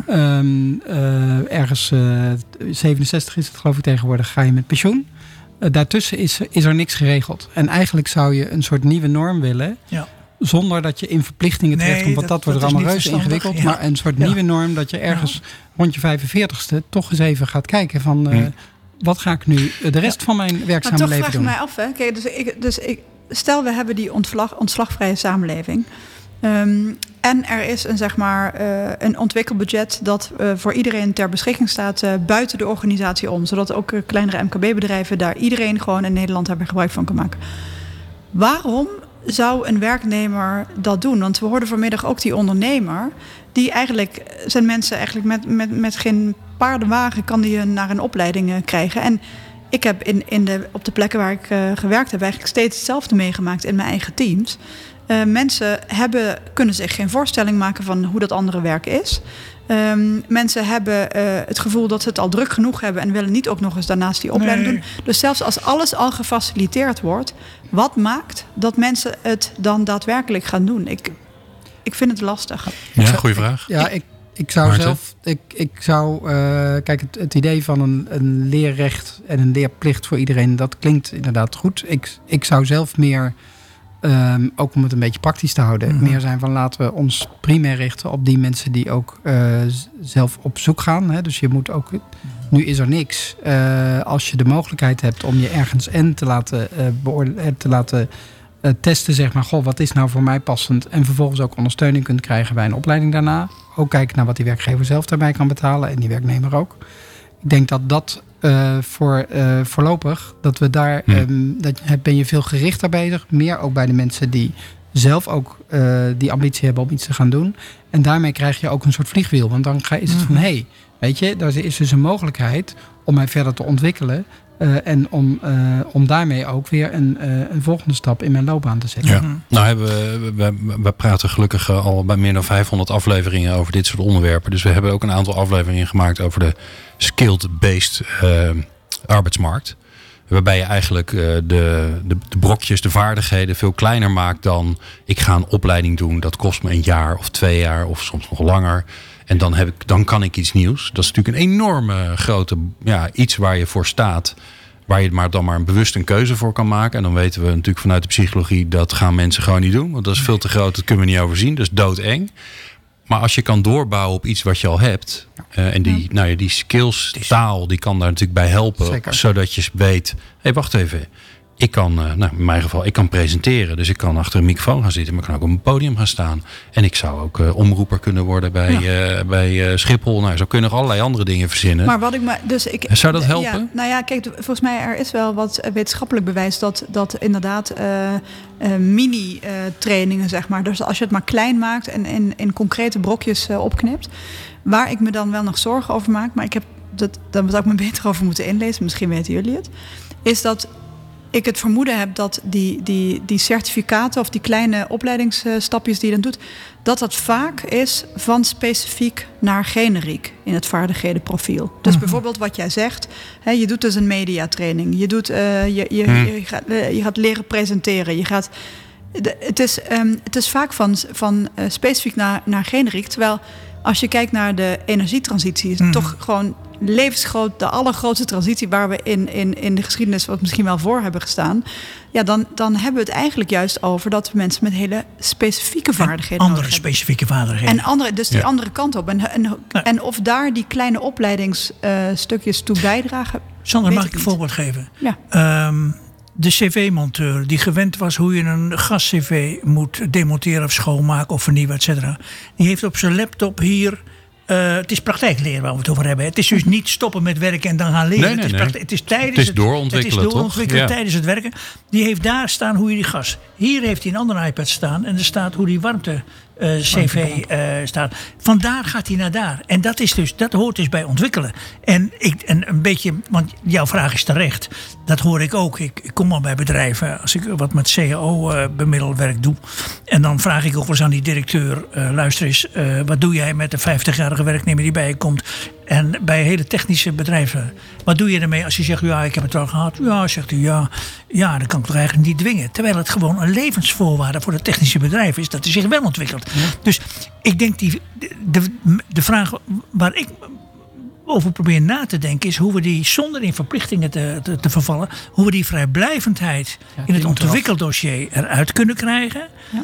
Ergens 67 is het geloof ik tegenwoordig, ga je met pensioen. Daartussen is er niks geregeld. En eigenlijk zou je een soort nieuwe norm willen. Ja. Zonder dat je in verplichtingen terechtkomt. Want dat wordt er allemaal reuze ingewikkeld. Ja. Maar een soort nieuwe norm dat je ergens rond je 45ste toch eens even gaat kijken van wat ga ik nu de rest van mijn werkzame leven doen. Maar toch vraag ik mij af. Hè? Kijk, stel we hebben die ontslagvrije samenleving. En er is een ontwikkelbudget dat voor iedereen ter beschikking staat buiten de organisatie om. Zodat ook kleinere MKB-bedrijven daar iedereen gewoon in Nederland daar gebruik van kan maken. Waarom zou een werknemer dat doen? Want we hoorden vanmiddag ook die ondernemer. Die eigenlijk zijn mensen eigenlijk met geen paardenwagen kan die naar een opleiding krijgen. En ik heb op de plekken waar ik gewerkt heb eigenlijk steeds hetzelfde meegemaakt in mijn eigen teams. Mensen kunnen zich geen voorstelling maken van hoe dat andere werk is. Mensen hebben het gevoel dat ze het al druk genoeg hebben en willen niet ook nog eens daarnaast die opleiding doen. Dus zelfs als alles al gefaciliteerd wordt, wat maakt dat mensen het dan daadwerkelijk gaan doen? Ik vind het lastig. Ja, goede vraag. Ja, ik zou zelf. Kijk, het idee van een leerrecht en een leerplicht voor iedereen, dat klinkt inderdaad goed. Ik zou zelf meer, ook om het een beetje praktisch te houden, meer zijn van laten we ons primair richten op die mensen die ook zelf op zoek gaan. Hè? Dus je moet ook, nu is er niks. Als je de mogelijkheid hebt om je ergens te laten testen, zeg maar, goh, wat is nou voor mij passend? En vervolgens ook ondersteuning kunt krijgen bij een opleiding daarna. Ook kijken naar wat die werkgever zelf daarbij kan betalen en die werknemer ook. Ik denk dat voorlopig, dat we daar, ben je veel gerichter bezig. Meer ook bij de mensen die zelf ook die ambitie hebben om iets te gaan doen. En daarmee krijg je ook een soort vliegwiel. Want dan is het van, weet je, er is dus een mogelijkheid om mij verder te ontwikkelen. En om daarmee ook weer een volgende stap in mijn loopbaan te zetten. Ja. Nou we praten gelukkig al bij meer dan 500 afleveringen over dit soort onderwerpen. Dus we hebben ook een aantal afleveringen gemaakt over de skilled-based arbeidsmarkt. Waarbij je eigenlijk de brokjes, de vaardigheden veel kleiner maakt dan ik ga een opleiding doen. Dat kost me 1 jaar of 2 jaar of soms nog langer. En dan kan ik iets nieuws. Dat is natuurlijk een enorme grote iets waar je voor staat. Waar je dan maar bewust een keuze voor kan maken. En dan weten we natuurlijk vanuit de psychologie dat gaan mensen gewoon niet doen. Want dat is veel te groot, dat kunnen we niet overzien. Dat is doodeng. Maar als je kan doorbouwen op iets wat je al hebt. En die skills taal, die kan daar natuurlijk bij helpen. Zeker. Zodat je weet, wacht even. Ik kan, in mijn geval, ik kan presenteren. Dus ik kan achter een microfoon gaan zitten. Maar ik kan ook op een podium gaan staan. En ik zou ook omroeper kunnen worden bij Schiphol. Nou, zo kunnen nog allerlei andere dingen verzinnen. Maar wat zou dat helpen? Kijk, volgens mij er is wel wat wetenschappelijk bewijs dat inderdaad mini-trainingen, zeg maar. Dus als je het maar klein maakt en in concrete brokjes opknipt. Waar ik me dan wel nog zorgen over maak, maar daar zou ik me beter over moeten inlezen. Misschien weten jullie het. Is dat ik het vermoeden heb dat die certificaten of die kleine opleidingsstapjes die je dan doet, dat vaak is van specifiek naar generiek in het vaardighedenprofiel. Dus bijvoorbeeld wat jij zegt, je doet dus een mediatraining, je doet, je gaat leren presenteren, het is vaak van specifiek naar generiek, terwijl als je kijkt naar de energietransitie, is het toch gewoon levensgroot, de allergrootste transitie waar we in de geschiedenis wat misschien wel voor hebben gestaan. Ja, dan hebben we het eigenlijk juist over dat we mensen met hele specifieke vaardigheden andere specifieke vaardigheden. En die andere kant op. En of daar die kleine opleidingsstukjes toe bijdragen. Sander, mag ik een voorbeeld geven? Ja. De cv-monteur die gewend was hoe je een gas-cv moet demonteren of schoonmaken of vernieuwen, et cetera. Die heeft op zijn laptop hier. Het is praktijkleren waar we het over hebben. Het is dus niet stoppen met werken en dan gaan leren. Het is doorontwikkelen tijdens het werken. Die heeft daar staan hoe je die gas. Hier heeft hij een andere iPad staan en er staat hoe die warmte CV staat. Vandaar gaat hij naar daar. En dat hoort dus bij ontwikkelen. En een beetje, want jouw vraag is terecht. Dat hoor ik ook. Ik kom al bij bedrijven als ik wat met CAO-bemiddelwerk doe. En dan vraag ik ook wel eens aan die directeur. Luister eens, wat doe jij met de 50-jarige werknemer die bij je komt? En bij hele technische bedrijven. Wat doe je ermee als je zegt, ja, ik heb het al gehad. Ja, zegt u, ja, dat kan ik toch eigenlijk niet dwingen. Terwijl het gewoon een levensvoorwaarde voor het technische bedrijf is dat hij zich wel ontwikkelt. Ja. Dus ik denk de vraag waar ik over probeer na te denken is hoe we die zonder in verplichtingen te vervallen, hoe we die vrijblijvendheid in het ontwikkeldossier eruit kunnen krijgen. Ja.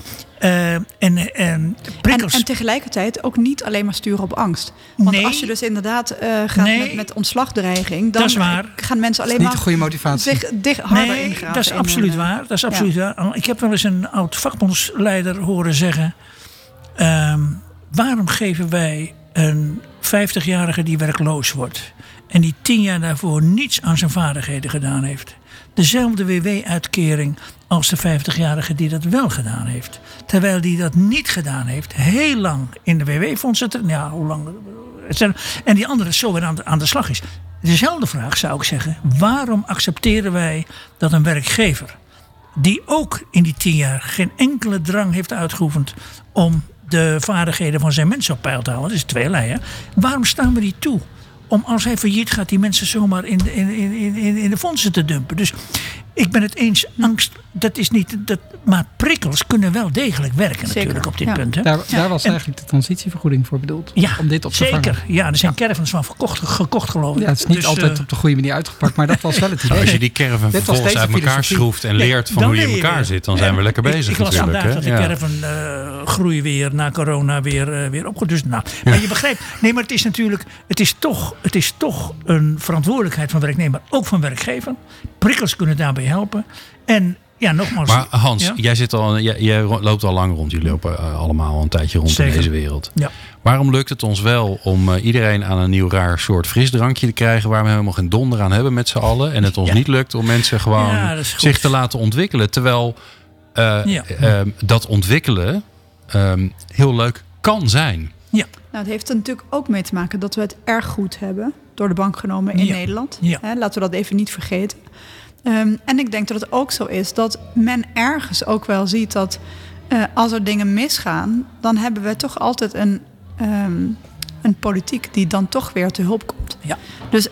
En tegelijkertijd ook niet alleen maar sturen op angst. Want als je dus inderdaad gaat met ontslagdreiging, dan gaan mensen alleen maar niet een goede motivatie. zich harder ingraven. Dat is absoluut waar. Dat is absoluut waar. Ik heb wel eens een oud vakbondsleider horen zeggen, waarom geven wij een 50-jarige die werkloos wordt en die 10 jaar daarvoor niets aan zijn vaardigheden gedaan heeft, dezelfde WW-uitkering als de 50-jarige die dat wel gedaan heeft. Terwijl die dat niet gedaan heeft, heel lang in de WW-fondsen, hoe lang, en die andere zo weer aan de slag is. Dezelfde vraag zou ik zeggen, waarom accepteren wij dat een werkgever die ook in die 10 jaar geen enkele drang heeft uitgeoefend om de vaardigheden van zijn mensen op peil te houden, dat is tweelei, hè? Waarom staan we die toe? Om als hij failliet gaat die mensen zomaar in de fondsen te dumpen. Dus ik ben het eens, angst, dat is niet. Maar prikkels kunnen wel degelijk werken. Zeker, natuurlijk op dit punt. Hè? Daar was eigenlijk de transitievergoeding voor bedoeld. Ja, om dit op te vangen. Zeker. Ja, er zijn caravans van gekocht geloof ik. Ja, het is niet altijd op de goede manier uitgepakt, maar dat was wel het idee. Als je die caravan vervolgens uit elkaar schroeft en leert van hoe je in elkaar zit, dan zijn we lekker bezig. Ik las vandaag dat de caravan groei weer na corona weer opgooit. Dus maar je begrijpt. Nee, maar het is natuurlijk, het is toch een verantwoordelijkheid van werknemer, ook van werkgever. Prikkels kunnen daarbij helpen. En ja, nogmaals. Maar Hans, Ja? jij loopt al lang rond. Jullie lopen allemaal al een tijdje rond Zeker. in deze wereld. Ja. Waarom lukt het ons wel om iedereen aan een nieuw raar soort frisdrankje te krijgen... waar we helemaal geen donder aan hebben met z'n allen... en het ons niet lukt om mensen gewoon Ja, dat is goed. zich te laten ontwikkelen... terwijl dat ontwikkelen heel leuk kan zijn. Ja. Nou, het heeft er natuurlijk ook mee te maken dat we het erg goed hebben... door de bank genomen in Nederland. Ja. Laten we dat even niet vergeten. En ik denk dat het ook zo is dat men ergens ook wel ziet dat... als er dingen misgaan, dan hebben we toch altijd een politiek... die dan toch weer te hulp komt. Ja. Dus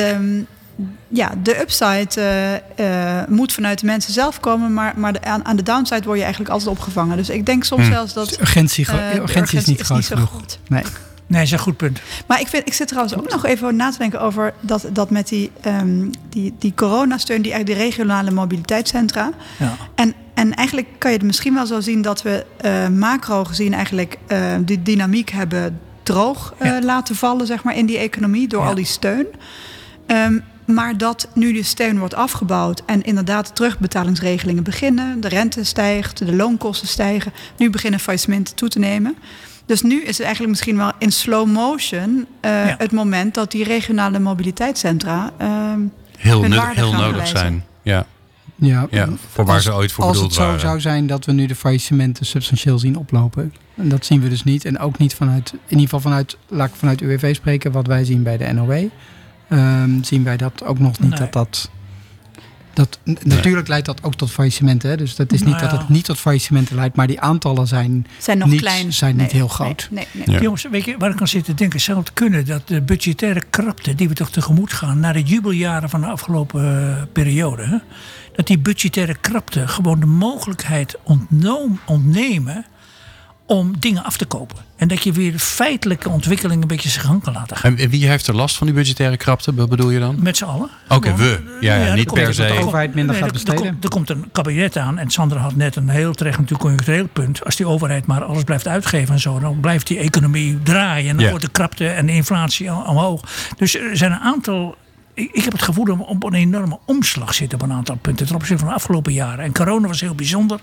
de upside moet vanuit de mensen zelf komen... maar aan de downside word je eigenlijk altijd opgevangen. Dus ik denk soms zelfs dat... De urgentie is niet groot zo genoeg. goed. Nee. Nee, dat is een goed punt. Maar ik zit trouwens ook nog even na te denken over dat met die coronasteun, die regionale mobiliteitscentra. Ja. En eigenlijk kan je het misschien wel zo zien dat we macro gezien eigenlijk die dynamiek hebben droog laten vallen, zeg maar, in die economie door al die steun. Maar dat nu de steun wordt afgebouwd en inderdaad de terugbetalingsregelingen beginnen, de rente stijgt, de loonkosten stijgen, nu beginnen faillissementen toe te nemen. Dus nu is het eigenlijk misschien wel in slow motion het moment dat die regionale mobiliteitscentra Heel hun waarde gaan nodig bewijzen. zijn. Ja. Ja, Voor waar ze ooit voor bedoeld Als het waren. zo zou zijn dat we nu de faillissementen substantieel zien oplopen. En dat zien we dus niet. En ook niet vanuit, in ieder geval vanuit, vanuit UWV spreken, wat wij zien bij de NOW. Zien wij dat ook nog niet Natuurlijk leidt dat ook tot faillissementen. Hè? Dus dat is niet dat het niet tot faillissementen leidt. Maar die aantallen zijn nog niet, klein. zijn niet heel groot. Nee. Ja. Jongens, weet je waar ik aan zit te denken? Zou het kunnen dat de budgettaire krapte die we toch tegemoet gaan... na de jubeljaren van de afgelopen periode... Hè, dat die budgettaire krapte gewoon de mogelijkheid ontnemen... om dingen af te kopen. En dat je weer feitelijke ontwikkelingen een beetje zijn gang kan laten gaan. En wie heeft er last van die budgettaire krapte? Wat bedoel je dan? Met z'n allen. Oké, Gewoon, we. Ja, niet per se. De overheid minder gaat besteden. Er komt een kabinet aan. En Sandra had net een heel terecht natuurlijk conjunctureel punt. Als die overheid maar alles blijft uitgeven en zo... dan blijft die economie draaien. En dan wordt de krapte en de inflatie omhoog. Dus er zijn een aantal... Ik heb het gevoel dat we op een enorme omslag zitten... op een aantal punten ten opzichte van de afgelopen jaren. En corona was heel bijzonder.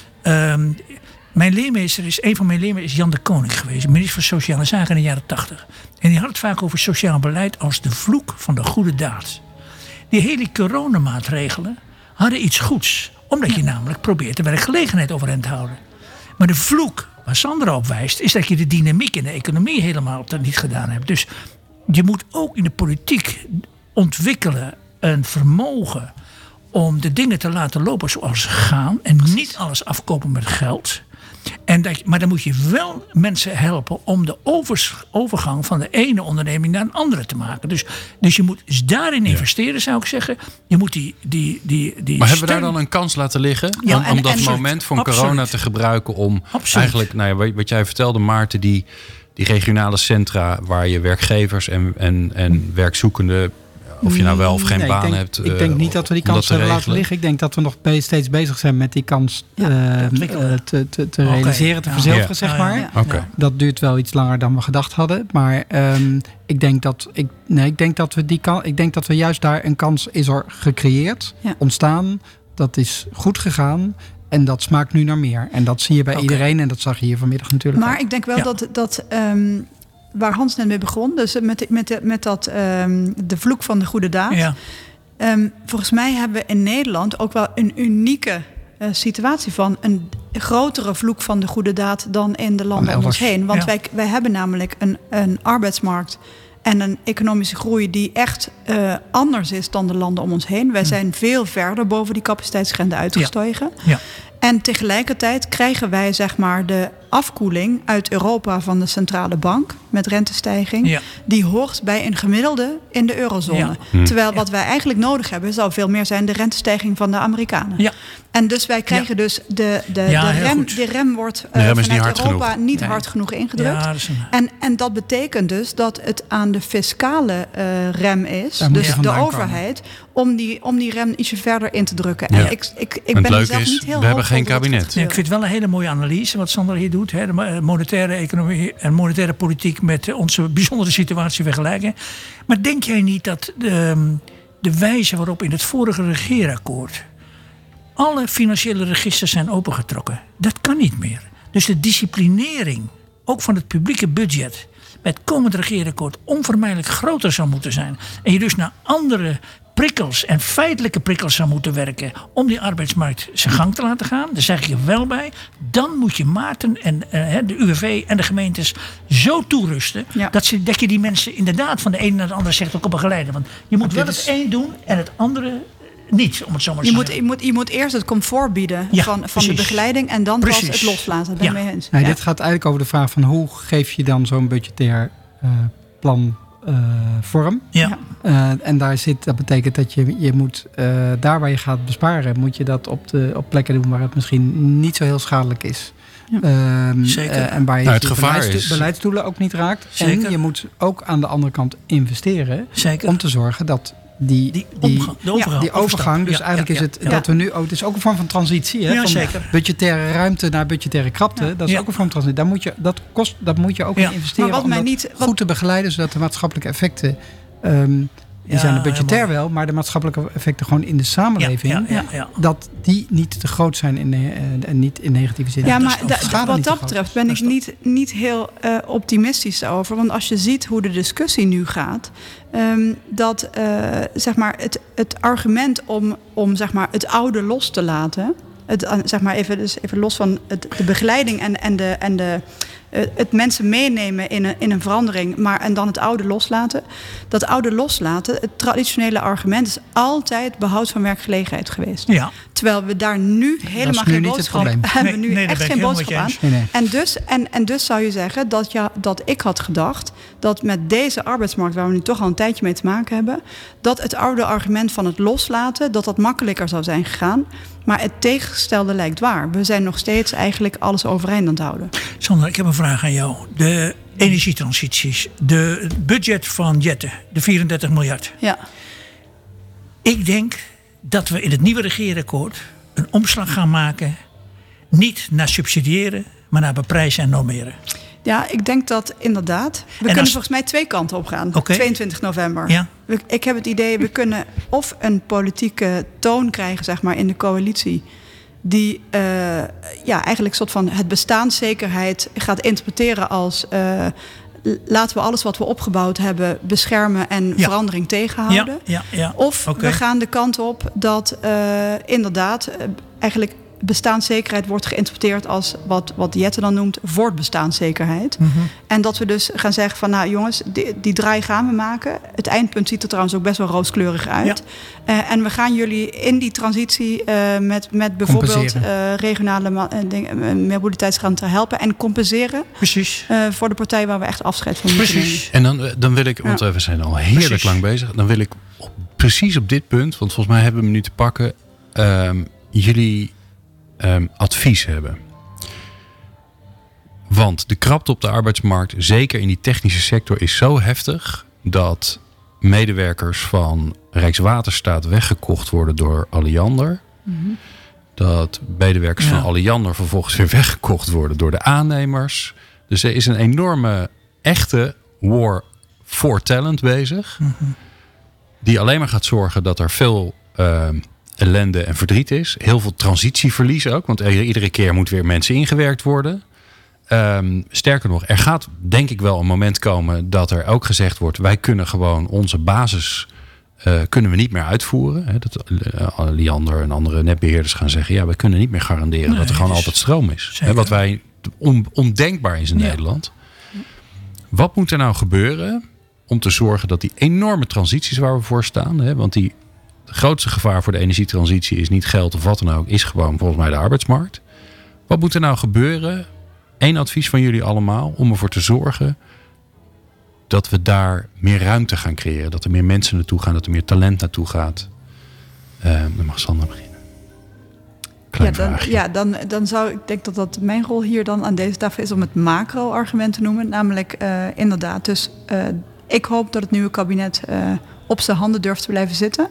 Een van mijn leermeesters is Jan de Koning geweest. Minister van Sociale Zaken in de jaren 80. En die had het vaak over sociaal beleid als de vloek van de goede daad. Die hele coronamaatregelen hadden iets goeds. Omdat je namelijk probeert de werkgelegenheid overeind te houden. Maar de vloek waar Sandra op wijst... is dat je de dynamiek in de economie helemaal niet gedaan hebt. Dus je moet ook in de politiek ontwikkelen een vermogen... om de dingen te laten lopen zoals ze gaan. En niet alles afkopen met geld... Maar dan moet je wel mensen helpen om de overgang van de ene onderneming naar een andere te maken. Dus je moet daarin investeren, zou ik zeggen. Je moet die Maar hebben we daar dan een kans laten liggen? Ja, om dat moment van corona te gebruiken om eigenlijk, wat jij vertelde, Maarten, die regionale centra waar je werkgevers en werkzoekenden, of je nou wel of geen baan hebt. Ik denk niet dat we die kans hebben laten liggen. Ik denk dat we nog steeds bezig zijn met die kans te realiseren, te verzilveren, zeg maar. Ja. Okay. Dat duurt wel iets langer dan we gedacht hadden. Maar ik denk dat we juist daar een kans is er gecreëerd, ontstaan. Dat is goed gegaan. En dat smaakt nu naar meer. En dat zie je bij iedereen. En dat zag je hier vanmiddag natuurlijk Maar ook. ik denk wel dat waar Hans net mee begon, dus met dat de vloek van de goede daad. Ja. Volgens mij hebben we in Nederland ook wel een unieke situatie van een grotere vloek van de goede daad dan in de landen om ons heen. Want wij hebben namelijk een arbeidsmarkt en een economische groei die echt anders is dan de landen om ons heen. Wij zijn veel verder boven die capaciteitsgrenzen uitgestegen. Ja. En tegelijkertijd krijgen wij zeg maar de afkoeling uit Europa van de centrale bank met rentestijging. Ja. Die hoort bij een gemiddelde in de eurozone. Ja. Terwijl wat wij eigenlijk nodig hebben zou veel meer zijn de rentestijging van de Amerikanen. Ja. En dus wij krijgen dus de rem wordt vanuit Europa niet hard genoeg ingedrukt. Ja, en dat betekent dus dat het aan de fiscale rem is, dus de overheid, om die rem ietsje verder in te drukken. Ja. En ik ben er zelf niet heel we hebben geen kabinet. Ja, ik vind het wel een hele mooie analyse wat Sandra hier doet. Hè, de monetaire economie en monetaire politiek met onze bijzondere situatie vergelijken. Maar denk jij niet dat de wijze waarop in het vorige regeerakkoord alle financiële registers zijn opengetrokken. Dat kan niet meer. Dus de disciplinering, ook van het publieke budget, bij het komend regeerakkoord onvermijdelijk groter zou moeten zijn. En je dus naar andere prikkels en feitelijke prikkels zou moeten werken om die arbeidsmarkt zijn gang te laten gaan. Daar zeg ik je wel bij. Dan moet je Maarten en de UWV en de gemeentes zo toerusten dat je die mensen inderdaad van de ene naar de andere sector kan begeleiden. Want je moet wel het een doen en het andere niet, om het zo maar te zeggen. Je moet eerst het comfort bieden van de begeleiding en dan pas het loslaten. Dat ben ik mee eens. Nee, dit gaat eigenlijk over de vraag van hoe geef je dan zo'n budgetair plan vorm. Ja. En dat betekent dat je moet daar waar je gaat besparen, moet je dat op plekken doen waar het misschien niet zo heel schadelijk is. Ja. Zeker. En waar je het gevaar beleidsdoelen ook niet raakt. Zeker. En je moet ook aan de andere kant investeren. Zeker. Om te zorgen dat die overgang. Dus eigenlijk is het dat we nu ook. Het is ook een vorm van transitie. Hè, van zeker. Budgettaire ruimte naar budgettaire krapte. Ja. Dat is ook een vorm van transitie. Dat moet je ook in investeren. Maar om dat goed te begeleiden, zodat de maatschappelijke effecten. Die zijn er budgetair wel, maar de maatschappelijke effecten gewoon in de samenleving. Dat die niet te groot zijn en niet in negatieve zin. Ja, maar wat dat betreft ben ik niet heel optimistisch over. Want als je ziet hoe de discussie nu gaat, dat zeg maar het argument om zeg maar het oude los te laten. Zeg maar even los van de begeleiding en het mensen meenemen in een verandering, en dan het oude loslaten. Dat oude loslaten, het traditionele argument is altijd behoud van werkgelegenheid geweest. Ja. Terwijl we daar nu helemaal geen boodschap hebben. Nu echt geen boodschap aan. Nee. En dus zou je zeggen dat ik had gedacht dat met deze arbeidsmarkt, waar we nu toch al een tijdje mee te maken hebben, dat het oude argument van het loslaten, dat makkelijker zou zijn gegaan. Maar het tegengestelde lijkt waar. We zijn nog steeds eigenlijk alles overeind aan het houden. Sander, ik heb een vraag aan jou. De energietransities, het budget van Jette, de 34 miljard. Ja. Ik denk dat we in het nieuwe regeerakkoord een omslag gaan maken. Niet naar subsidiëren, maar naar beprijzen en normeren. Ja, ik denk dat inderdaad. We kunnen volgens mij twee kanten op gaan. Okay. 22 november. Ja. Ik heb het idee, we kunnen of een politieke toon krijgen, zeg maar, in de coalitie, die eigenlijk soort van het bestaanszekerheid gaat interpreteren als laten we alles wat we opgebouwd hebben beschermen en verandering tegenhouden. Ja. Of we gaan de kant op dat inderdaad eigenlijk bestaanszekerheid wordt geïnterpreteerd als wat Jette dan noemt voortbestaanszekerheid. Mm-hmm. En dat we dus gaan zeggen van nou jongens, die draai gaan we maken. Het eindpunt ziet er trouwens ook best wel rooskleurig uit. Ja. En we gaan jullie in die transitie met bijvoorbeeld regionale mobiliteitsgranten helpen en compenseren. Precies. Voor de partij waar we echt afscheid van moeten nemen. En dan wil ik, want we zijn al heerlijk lang bezig, dan wil ik precies op dit punt, want volgens mij hebben we hem nu te pakken, jullie advies hebben. Want de krapte op de arbeidsmarkt, zeker in die technische sector, is zo heftig dat medewerkers van Rijkswaterstaat weggekocht worden door Alliander. Mm-hmm. Dat medewerkers van Alliander vervolgens weer weggekocht worden door de aannemers. Dus er is een enorme, echte war for talent bezig. Mm-hmm. Die alleen maar gaat zorgen dat er veel ellende en verdriet is. Heel veel transitieverlies ook. Want iedere keer moet weer mensen ingewerkt worden. Sterker nog, er gaat denk ik wel een moment komen dat er ook gezegd wordt, wij kunnen gewoon onze basis kunnen we niet meer uitvoeren. Hè, dat Liander en andere netbeheerders gaan zeggen, ja, we kunnen niet meer garanderen dat er gewoon altijd stroom is. Hè, wat wij ondenkbaar is in Nederland. Wat moet er nou gebeuren om te zorgen dat die enorme transities waar we voor staan, hè, want het grootste gevaar voor de energietransitie is niet geld of wat dan ook, is gewoon volgens mij de arbeidsmarkt. Wat moet er nou gebeuren? Eén advies van jullie allemaal om ervoor te zorgen dat we daar meer ruimte gaan creëren. Dat er meer mensen naartoe gaan, dat er meer talent naartoe gaat. Dan mag Sander beginnen. Dan zou ik denk dat mijn rol hier dan aan deze tafel is om het macro-argument te noemen. Namelijk inderdaad, dus ik hoop dat het nieuwe kabinet op zijn handen durft te blijven zitten.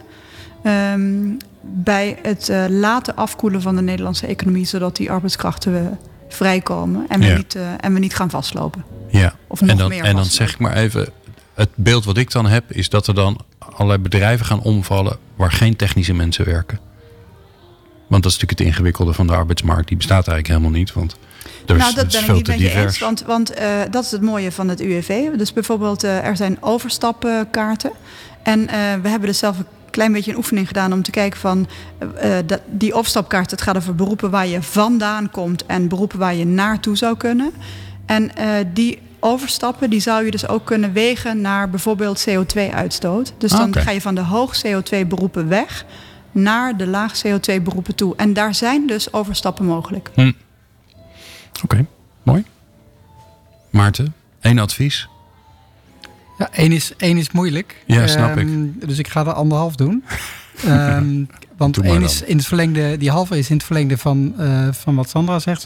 Bij het laten afkoelen van de Nederlandse economie, zodat die arbeidskrachten vrijkomen en we niet gaan vastlopen. Ja. Of nog meer vastlopen. En dan zeg ik maar even, het beeld wat ik dan heb is dat er dan allerlei bedrijven gaan omvallen waar geen technische mensen werken. Want dat is natuurlijk het ingewikkelde van de arbeidsmarkt. Die bestaat eigenlijk helemaal niet. Want dat het ben is ik veel niet te met je divers. eens. Want dat is het mooie van het UWV. Dus bijvoorbeeld, er zijn overstapkaarten. En we hebben dus zelf een klein beetje een oefening gedaan om te kijken van die overstapkaart. Het gaat over beroepen waar je vandaan komt en beroepen waar je naartoe zou kunnen. En die overstappen, die zou je dus ook kunnen wegen naar bijvoorbeeld CO2-uitstoot. Dus dan ga je van de hoog CO2-beroepen weg naar de laag CO2-beroepen toe. En daar zijn dus overstappen mogelijk. Oké, mooi. Maarten, 1 advies? Ja, 1 is moeilijk. Ja, snap ik. Dus ik ga er 1,5 doen. Want 1 is in het verlengde, die halve is in het verlengde van wat Sandra zegt.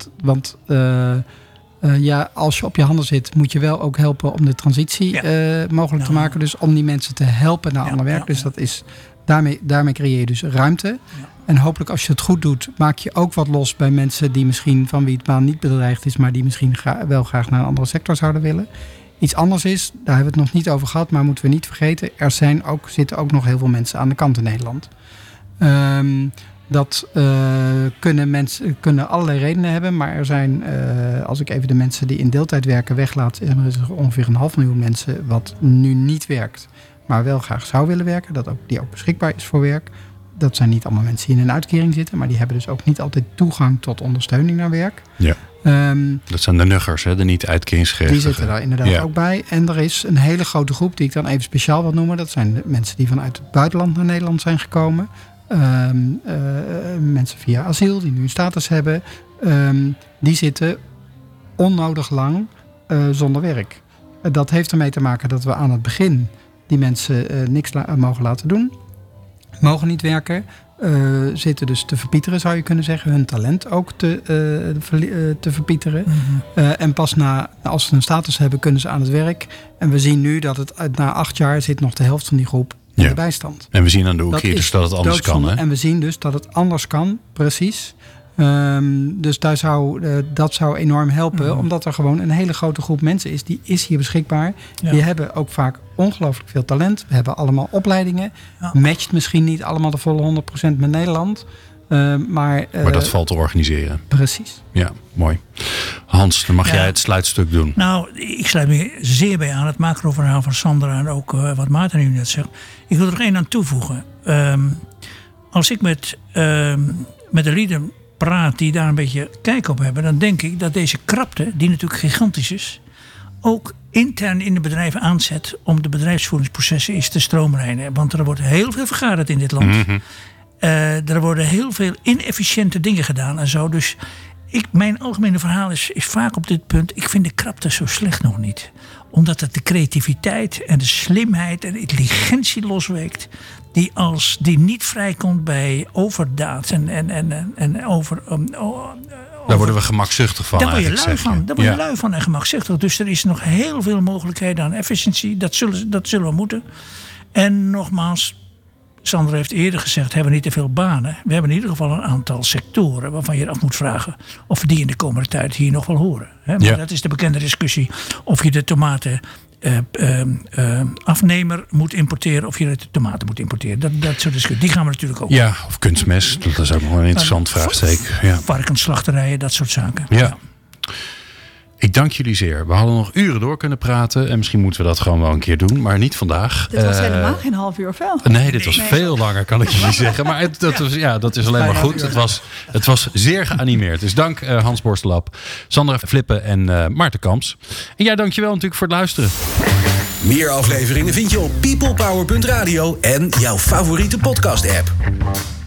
Als je op je handen zit, moet je wel ook helpen om de transitie mogelijk te maken. Dus om die mensen te helpen naar ander werk. Dus dat is, daarmee creëer je dus ruimte. Ja. En hopelijk als je het goed doet, maak je ook wat los bij mensen die misschien van wie het baan niet bedreigd is, maar die misschien wel graag naar een andere sector zouden willen. Iets anders is, daar hebben we het nog niet over gehad, maar moeten we niet vergeten, zitten ook nog heel veel mensen aan de kant in Nederland. Dat kunnen allerlei redenen hebben, maar er zijn, als ik even de mensen die in deeltijd werken weglaat, er is ongeveer 500.000 mensen wat nu niet werkt, maar wel graag zou willen werken, die ook beschikbaar is voor werk. Dat zijn niet allemaal mensen die in een uitkering zitten, maar die hebben dus ook niet altijd toegang tot ondersteuning naar werk. Ja. Dat zijn de nuggers, hè? De niet-uitkeringsgerechtigden. Die zitten daar inderdaad ook bij. En er is een hele grote groep die ik dan even speciaal wil noemen. Dat zijn de mensen die vanuit het buitenland naar Nederland zijn gekomen. Mensen via asiel die nu een status hebben. Die zitten onnodig lang zonder werk. Dat heeft ermee te maken dat we aan het begin die mensen niks mogen laten doen. Mogen niet werken. Zitten dus te verpieteren, zou je kunnen zeggen. Hun talent ook te verpieteren. Mm-hmm. En pas als ze een status hebben, kunnen ze aan het werk. En we zien nu dat het na 8 jaar zit nog de helft van die groep in de bijstand. En we zien aan de Oekraïners dat het anders kan. Hè? En we zien dus dat het anders kan, precies. Dus dat zou enorm helpen. Omdat er gewoon een hele grote groep mensen is. Die is hier beschikbaar. Ja. Die hebben ook vaak ongelooflijk veel talent. We hebben allemaal opleidingen. Ja. Matcht misschien niet allemaal de volle 100% met Nederland. Maar dat valt te organiseren. Precies. Ja, mooi. Hans, dan mag jij het sluitstuk doen. Nou, ik sluit me zeer bij aan het macro-verhaal van Sandra. En ook wat Maarten nu net zegt. Ik wil er nog 1 aan toevoegen. Als ik met de lieden praat die daar een beetje kijk op hebben, dan denk ik dat deze krapte, die natuurlijk gigantisch is, ook intern in de bedrijven aanzet om de bedrijfsvoeringsprocessen eens te stroomlijnen. Want er wordt heel veel vergaderd in dit land. Mm-hmm. Er worden heel veel inefficiënte dingen gedaan en zo. Dus mijn algemene verhaal is vaak op dit punt, ik vind de krapte zo slecht nog niet. Omdat het de creativiteit en de slimheid en de intelligentie losweekt. Die niet vrijkomt bij overdaad en over. Daar worden we gemakzuchtig van. Daar word je lui van en gemakzuchtig. Dus er is nog heel veel mogelijkheden aan efficiëntie. Dat zullen we moeten. En nogmaals, Sandra heeft eerder gezegd, hebben we niet te veel banen. We hebben in ieder geval een aantal sectoren waarvan je af moet vragen of die in de komende tijd hier nog wel horen. Maar dat is de bekende discussie of je de tomaten afnemer moet importeren of je de tomaten moet importeren. Dat soort discussie. Die gaan we natuurlijk ook. Ja, of kunstmest. Dat is ook nog een interessant vraagsteek. Ja. Varkensslachterijen, dat soort zaken. Ja. Ik dank jullie zeer. We hadden nog uren door kunnen praten. En misschien moeten we dat gewoon wel een keer doen. Maar niet vandaag. Dit was helemaal geen half uur of wel? Nee, dit was veel langer, kan ik jullie zeggen. Maar dat is alleen maar goed. Het was zeer geanimeerd. Dus dank Hans Borstelap, Sandra Flippen en Maarten Kamps. En jij dankjewel natuurlijk voor het luisteren. Meer afleveringen vind je op peoplepower.radio en jouw favoriete podcast-app.